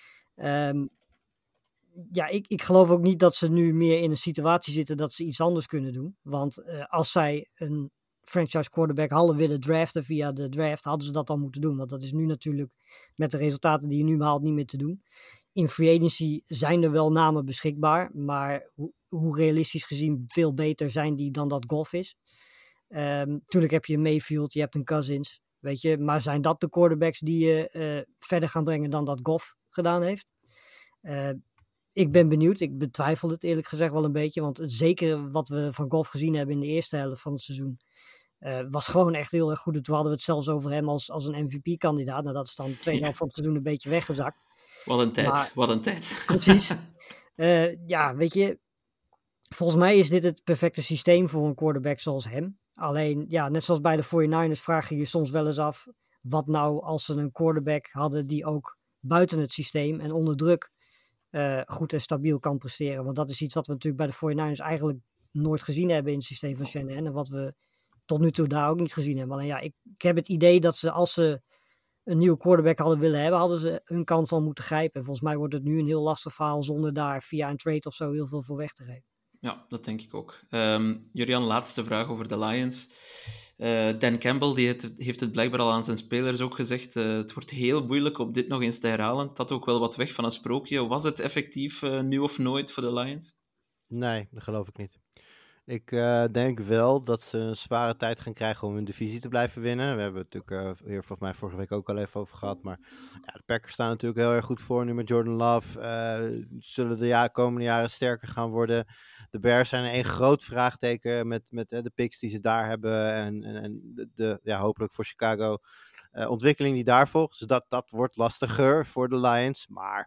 Ik geloof ook niet dat ze nu meer in een situatie zitten dat ze iets anders kunnen doen. Want als zij een franchise quarterback hadden willen draften via de draft, hadden ze dat dan moeten doen. Want dat is nu natuurlijk met de resultaten die je nu behaalt niet meer te doen. In free agency zijn er wel namen beschikbaar, maar hoe realistisch gezien veel beter zijn die dan dat Goff is. Tuurlijk heb je een Mayfield, je hebt een Cousins, weet je. Maar zijn dat de quarterbacks die je verder gaan brengen dan dat Goff gedaan heeft? Ik ben benieuwd. Ik betwijfel het eerlijk gezegd wel een beetje. Want zeker wat we van Goff gezien hebben in de eerste helft van het seizoen was gewoon echt heel erg goed. Toen hadden we het zelfs over hem als een MVP-kandidaat. Nou, dat is dan de tweede helft van het seizoen een beetje weggezakt. Wat een tijd. Precies. Weet je, volgens mij is dit het perfecte systeem voor een quarterback zoals hem. Alleen, net zoals bij de 49ers vraag je je soms wel eens af, wat nou als ze een quarterback hadden die ook buiten het systeem en onder druk goed en stabiel kan presteren. Want dat is iets wat we natuurlijk bij de 49ers eigenlijk nooit gezien hebben in het systeem van Shanahan. En wat we tot nu toe daar ook niet gezien hebben. Alleen ik heb het idee dat ze, als ze een nieuwe quarterback hadden willen hebben, hadden ze hun kans al moeten grijpen. En volgens mij wordt het nu een heel lastig verhaal zonder daar via een trade of zo heel veel voor weg te geven. Ja, dat denk ik ook. Jurian, laatste vraag over de Lions. Dan Campbell heeft het blijkbaar al aan zijn spelers ook gezegd. Het wordt heel moeilijk om dit nog eens te herhalen. Het had ook wel wat weg van een sprookje. Was het effectief nu of nooit voor de Lions? Nee, dat geloof ik niet. Ik denk wel dat ze een zware tijd gaan krijgen om hun divisie te blijven winnen. We hebben het natuurlijk hier volgens mij vorige week ook al even over gehad. Maar ja, de Packers staan natuurlijk heel erg goed voor nu met Jordan Love. Zullen de komende jaren sterker gaan worden. De Bears zijn een groot vraagteken met de picks die ze daar hebben. En hopelijk voor Chicago ontwikkeling die daar volgt. Dus dat wordt lastiger voor de Lions. Maar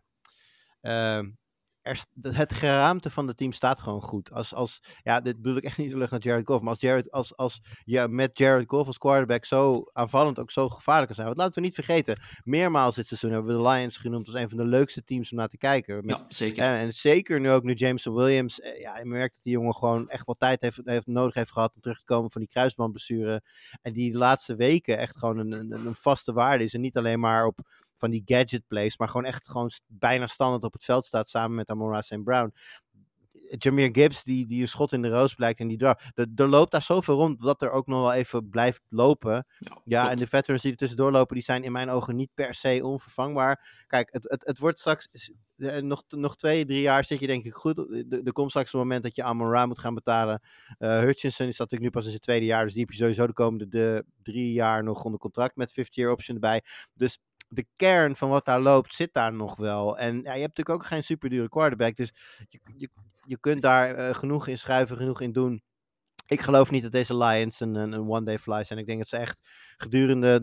het geraamte van het team staat gewoon goed. Dit bedoel ik echt niet de lucht naar Jared Goff. Maar als je met Jared Goff als quarterback zo aanvallend ook zo gevaarlijk kan zijn. Want laten we niet vergeten, meermaals dit seizoen hebben we de Lions genoemd als een van de leukste teams om naar te kijken. Ja, zeker. En zeker nu Jameson Williams. Je merkt dat die jongen gewoon echt wat tijd nodig heeft gehad om terug te komen van die kruisbandblessure. En die laatste weken echt gewoon een vaste waarde is. En niet alleen maar op van die gadget plays, maar gewoon bijna standaard op het veld staat samen met Amon-Ra St. Brown. Jahmyr Gibbs, die een schot in de roos blijkt en die er loopt daar zoveel rond dat er ook nog wel even blijft lopen. Ja, en de veterans die er tussendoor lopen, die zijn in mijn ogen niet per se onvervangbaar. Kijk, het wordt straks nog 2-3 jaar zit je denk ik goed. Er komt straks een moment dat je Amon-Ra moet gaan betalen. Hutchinson is natuurlijk nu pas in zijn tweede jaar, dus die heb je sowieso de komende 3 jaar nog onder contract met 50-year option erbij. Dus de kern van wat daar loopt, zit daar nog wel. En ja, je hebt natuurlijk ook geen super dure quarterback. Dus je kunt daar genoeg in schuiven, genoeg in doen. Ik geloof niet dat deze Lions een one-day fly zijn. Ik denk dat ze echt gedurende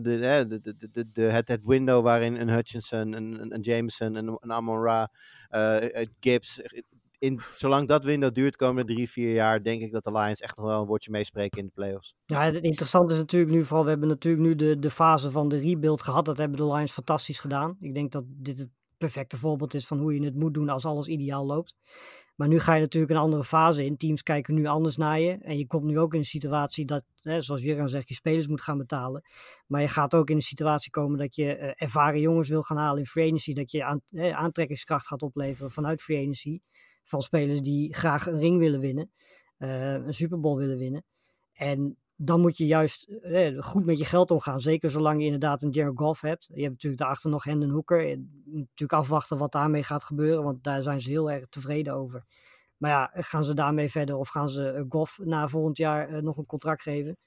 het window waarin een Hutchinson, een Jameson, een Amon-Ra, Gibbs... zolang dat window duurt, komende 3-4 jaar, denk ik dat de Lions echt nog wel een woordje meespreken in de playoffs. Ja, het interessante is natuurlijk nu vooral, we hebben natuurlijk nu de fase van de rebuild gehad. Dat hebben de Lions fantastisch gedaan. Ik denk dat dit het perfecte voorbeeld is van hoe je het moet doen als alles ideaal loopt. Maar nu ga je natuurlijk een andere fase in. Teams kijken nu anders naar je. En je komt nu ook in een situatie dat, zoals Jurgen zegt, je spelers moet gaan betalen. Maar je gaat ook in een situatie komen dat je ervaren jongens wil gaan halen in free agency. Dat je aantrekkingskracht gaat opleveren vanuit free agency. Van spelers die graag een ring willen winnen. Een Super Bowl willen winnen. En dan moet je juist goed met je geld omgaan. Zeker zolang je inderdaad een Jared Goff hebt. Je hebt natuurlijk daarachter nog Hendon Hooker. Je moet natuurlijk afwachten wat daarmee gaat gebeuren. Want daar zijn ze heel erg tevreden over. Maar ja, gaan ze daarmee verder? Of gaan ze Goff na volgend jaar nog een contract geven?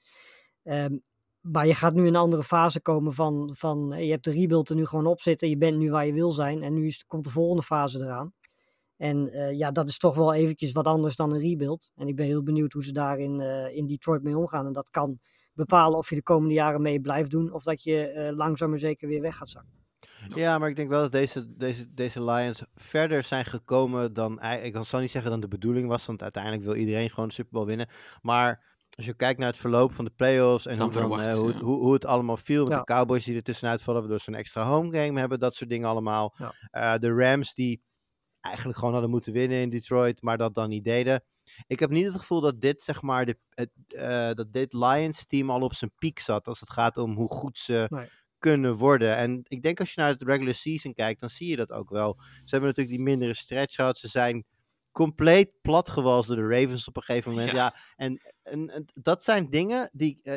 Maar je gaat nu in een andere fase komen van je hebt de rebuild er nu gewoon op zitten. Je bent nu waar je wil zijn. En nu komt de volgende fase eraan. En dat is toch wel eventjes wat anders dan een rebuild. En ik ben heel benieuwd hoe ze daar in Detroit mee omgaan. En dat kan bepalen of je de komende jaren mee blijft doen. Of dat je langzaam maar zeker weer weg gaat zakken. Ja, maar ik denk wel dat deze Lions verder zijn gekomen dan... Ik zal niet zeggen dan de bedoeling was. Want uiteindelijk wil iedereen gewoon de Super Bowl winnen. Maar als je kijkt naar het verloop van de playoffs en hoe het allemaal viel met de Cowboys die er tussenuit vallen, waardoor ze een extra home game hebben, dat soort dingen allemaal. Ja. De Rams die eigenlijk gewoon hadden moeten winnen in Detroit, maar dat dan niet deden. Ik heb niet het gevoel dat dit, zeg maar, dat dit Lions team al op zijn piek zat als het gaat om hoe goed ze kunnen worden. En ik denk als je naar het regular season kijkt, dan zie je dat ook wel. Ze hebben natuurlijk die mindere stretch gehad. Ze zijn compleet platgewalst door de Ravens op een gegeven moment. Ja, en dat zijn dingen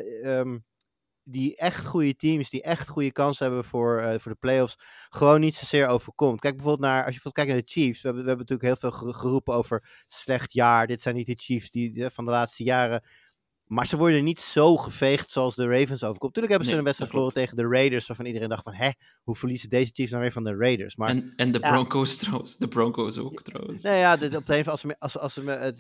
die echt goede teams, die echt goede kansen hebben voor de playoffs, gewoon niet zozeer overkomt. Kijk bijvoorbeeld als je kijkt naar de Chiefs. We hebben natuurlijk heel veel geroepen over slecht jaar. Dit zijn niet de Chiefs van de laatste jaren. Maar ze worden niet zo geveegd zoals de Ravens overkomt. Natuurlijk hebben ze een wedstrijd verloren tegen de Raiders, waarvan iedereen dacht van, hoe verliezen deze Chiefs nou weer van de Raiders? Maar, en de Broncos trouwens. De Broncos ook trouwens. Nou ja, op de een als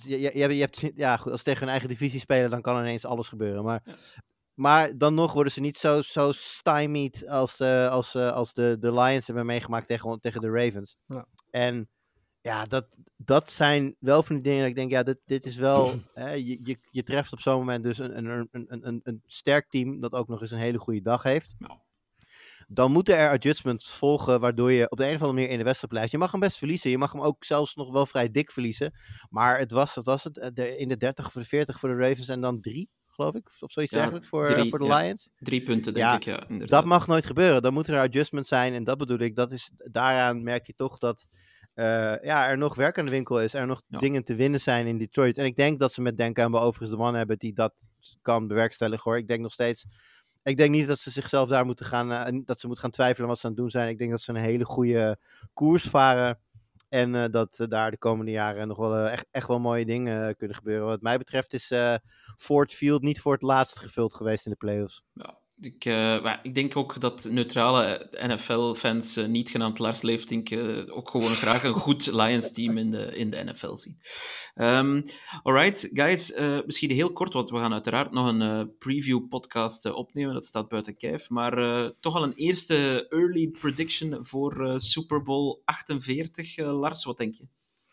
ze tegen hun eigen divisie spelen, dan kan ineens alles gebeuren. Maar dan nog worden ze niet zo stymied als de Lions hebben meegemaakt tegen de Ravens. Ja. En ja, dat zijn wel van die dingen dat ik denk, ja, dit is wel... je treft op zo'n moment dus een sterk team dat ook nog eens een hele goede dag heeft. Ja. Dan moeten er adjustments volgen, waardoor je op de een of andere manier in de wedstrijd blijft. Je mag hem best verliezen. Je mag hem ook zelfs nog wel vrij dik verliezen. Maar het was in de 30 of de 40 voor de Ravens en dan 3. Geloof ik, of zoiets eigenlijk voor de Lions. 3 punten, denk ik, inderdaad. Dat mag nooit gebeuren. Dan moeten er adjustments zijn. En dat bedoel ik, daaraan merk je toch dat er nog werk aan de winkel is. Er nog dingen te winnen zijn in Detroit. En ik denk dat ze met Denk aan overigens de man hebben die dat kan bewerkstelligen, hoor. Ik denk nog steeds... Ik denk niet dat ze zichzelf daar moeten gaan... dat ze moeten gaan twijfelen wat ze aan het doen zijn. Ik denk dat ze een hele goede koers varen. En dat daar de komende jaren nog wel echt wel mooie dingen kunnen gebeuren. Wat mij betreft is Ford Field niet voor het laatst gevuld geweest in de playoffs. Ja. Ik denk ook dat neutrale NFL-fans, niet genaamd Lars Leeftink, ook gewoon graag een goed Lions-team in de NFL zien. Alright, guys, misschien heel kort, want we gaan uiteraard nog een preview-podcast opnemen, dat staat buiten kijf, maar toch al een eerste early prediction voor Super Bowl 48. Lars, wat denk je?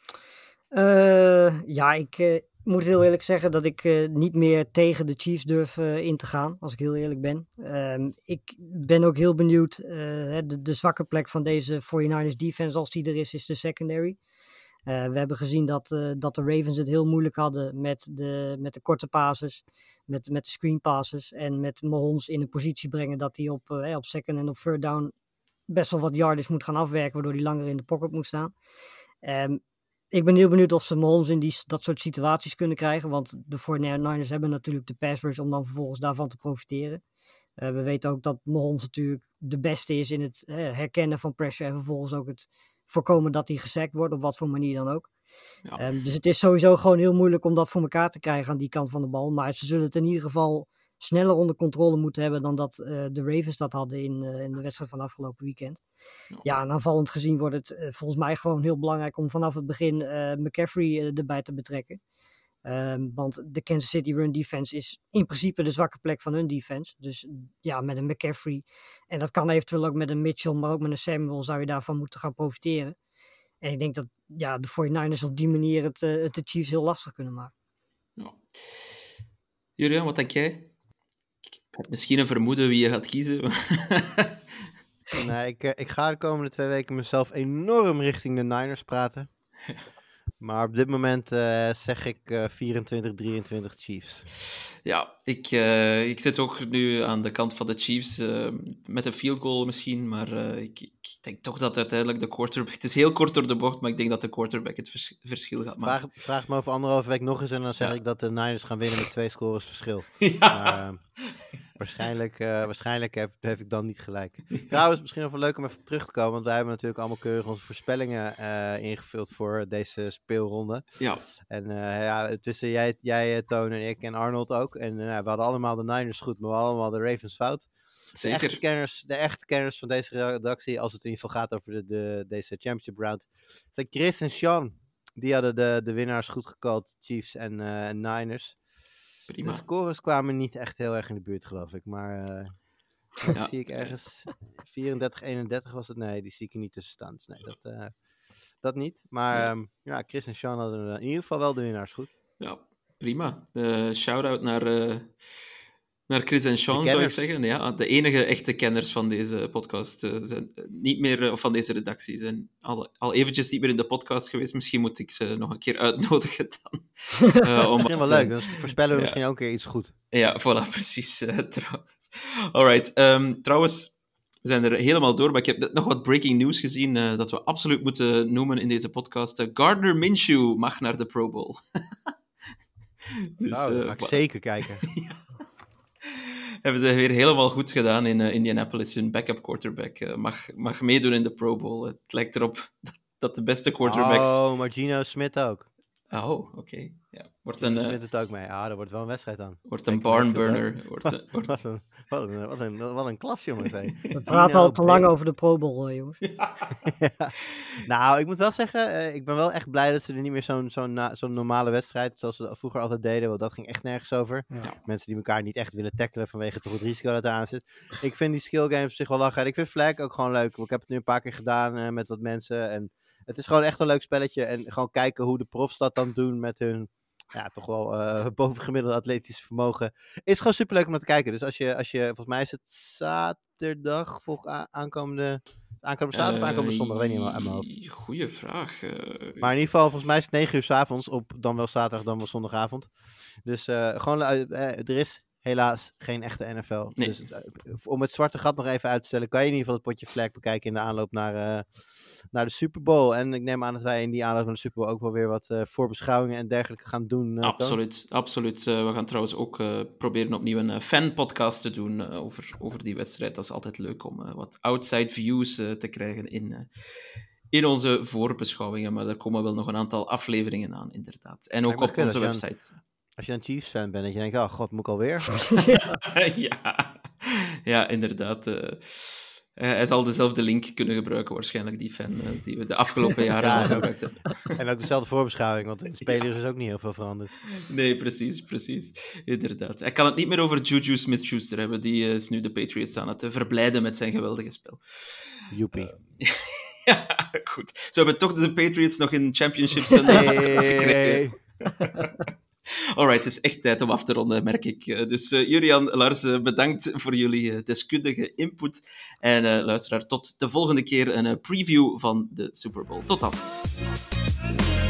Ik moet heel eerlijk zeggen dat ik niet meer tegen de Chiefs durf in te gaan, als ik heel eerlijk ben. Ik ben ook heel benieuwd. De zwakke plek van deze 49ers defense, als die er is de secondary. We hebben gezien dat de Ravens het heel moeilijk hadden met de korte passes, met de screen passes en met Mahomes in een positie brengen dat hij op second en op third down best wel wat yardage moet gaan afwerken, waardoor hij langer in de pocket moet staan. Ik ben heel benieuwd of ze Mahomes in dat soort situaties kunnen krijgen. Want de 49ers hebben natuurlijk de pass rush om dan vervolgens daarvan te profiteren. We weten ook dat Mahomes natuurlijk de beste is in het herkennen van pressure. En vervolgens ook het voorkomen dat hij gesackt wordt, op wat voor manier dan ook. Ja. Dus het is sowieso gewoon heel moeilijk om dat voor elkaar te krijgen aan die kant van de bal. Maar ze zullen het in ieder geval sneller onder controle moeten hebben dan dat de Ravens dat hadden in de wedstrijd van afgelopen weekend. Ja, en aanvallend gezien wordt het volgens mij gewoon heel belangrijk om vanaf het begin McCaffrey erbij te betrekken. Want de Kansas City run defense is in principe de zwakke plek van hun defense. Dus ja, met een McCaffrey, en dat kan eventueel ook met een Mitchell, maar ook met een Samuel zou je daarvan moeten gaan profiteren. En ik denk dat de 49ers op die manier het de Chiefs heel lastig kunnen maken. Ja. Julian, wat denk jij? Ik heb misschien een vermoeden wie je gaat kiezen. Nee, ik ga de komende 2 weken mezelf enorm richting de Niners praten. Maar op dit moment zeg ik 24-23 Chiefs. Ja, ik zit ook nu aan de kant van de Chiefs, met een field goal misschien, maar ik denk toch dat uiteindelijk de quarterback... Het is heel kort door de bocht, maar ik denk dat de quarterback het verschil gaat maken. Vraag me over 1,5 week nog eens en dan zeg ik dat de Niners gaan winnen met 2 scores verschil. Ja. Maar, waarschijnlijk heb ik dan niet gelijk. Trouwens, misschien nog wel leuk om even terug te komen, want wij hebben natuurlijk allemaal keurig onze voorspellingen ingevuld voor deze speelronde. Ja. En tussen jij, Toon en ik en Arnold ook. En we hadden allemaal de Niners goed, maar we hadden allemaal de Ravens fout. Zeker. De echte kenners van deze redactie, als het in ieder geval gaat over deze championship round, zijn Chris en Sean. Die hadden de winnaars goed gecallt, Chiefs en Niners. Prima. De scores kwamen niet echt heel erg in de buurt, geloof ik. Maar zie ik ergens 34-31 was het. Nee, die zie ik er niet tussen staan. Dus nee, dat niet. Maar Chris en Sean hadden in ieder geval wel de winnaars goed. Ja, prima. Shout-out naar Chris en Sean, zou ik zeggen. Ja, de enige echte kenners van deze podcast zijn niet meer, of van deze redactie, zijn al eventjes niet meer in de podcast geweest. Misschien moet ik ze nog een keer uitnodigen dan. Misschien wel leuk, dan voorspellen we misschien ook een keer iets goed. Ja, voilà, precies. Trouwens. Alright, trouwens, we zijn er helemaal door, maar ik heb net nog wat breaking news gezien dat we absoluut moeten noemen in deze podcast. Gardner Minshew mag naar de Pro Bowl. Dus, dat ga ik zeker kijken. Ja. Hebben ze weer helemaal goed gedaan in Indianapolis. Hun backup quarterback mag meedoen in de Pro Bowl. Het lijkt erop dat de beste quarterbacks... Oh, maar Geno Smith ook. Oh, oké. Ja. Geno Smith doet ook mee. Dat wordt wel een wedstrijd aan. Wordt een barnburner. Wat een klas, jongens. We praten al te lang over de Pro Bowl, jongens. Ja. Nou, ik moet wel zeggen, ik ben wel echt blij dat ze er niet meer zo'n normale wedstrijd, zoals ze vroeger altijd deden, want dat ging echt nergens over. Ja. Mensen die elkaar niet echt willen tackelen vanwege toch het risico dat eraan zit. Ik vind die skill games op zich wel lachen. En ik vind flag ook gewoon leuk. Ik heb het nu een paar keer gedaan met wat mensen. En het is gewoon echt een leuk spelletje. En gewoon kijken hoe de profs dat dan doen met hun toch wel bovengemiddelde atletische vermogen. Is gewoon superleuk om naar te kijken. Dus als je volgens mij is het zaterdag, aankomende zaterdag of aankomende zondag, weet niet meer aan mijn hoofd. Goeie vraag. Maar in ieder geval, volgens mij is het 9 uur 's avonds op dan wel zaterdag, dan wel zondagavond. Dus er is helaas geen echte NFL. Nee. Dus om het zwarte gat nog even uit te stellen, kan je in ieder geval het potje flag bekijken in de aanloop naar naar de Super Bowl. En ik neem aan dat wij in die aanloop van de Super Bowl ook wel weer wat voorbeschouwingen en dergelijke gaan doen. Absoluut. We gaan trouwens ook proberen opnieuw een fanpodcast te doen over die wedstrijd. Dat is altijd leuk om wat outside views te krijgen in onze voorbeschouwingen. Maar er komen wel nog een aantal afleveringen aan, inderdaad. En ook op onze website. Als je een Chiefs-fan bent en je denkt, oh god, moet ik alweer? Ja, inderdaad. Hij zal dezelfde link kunnen gebruiken, waarschijnlijk, die fan die we de afgelopen jaren gebruikt hebben. En ook dezelfde voorbeschouwing, want in de spelers is ook niet heel veel veranderd. Nee, precies. Inderdaad. Hij kan het niet meer over Juju Smith-Schuster hebben. Die is nu de Patriots aan het verblijden met zijn geweldige spel. Joepie. Ja, goed. Zo hebben toch de Patriots nog in Championship Sunday gekregen. Alright, het is echt tijd om af te ronden, merk ik. Dus Jurian, Lars, bedankt voor jullie deskundige input. En luisteraar, tot de volgende keer een preview van de Super Bowl. Tot dan.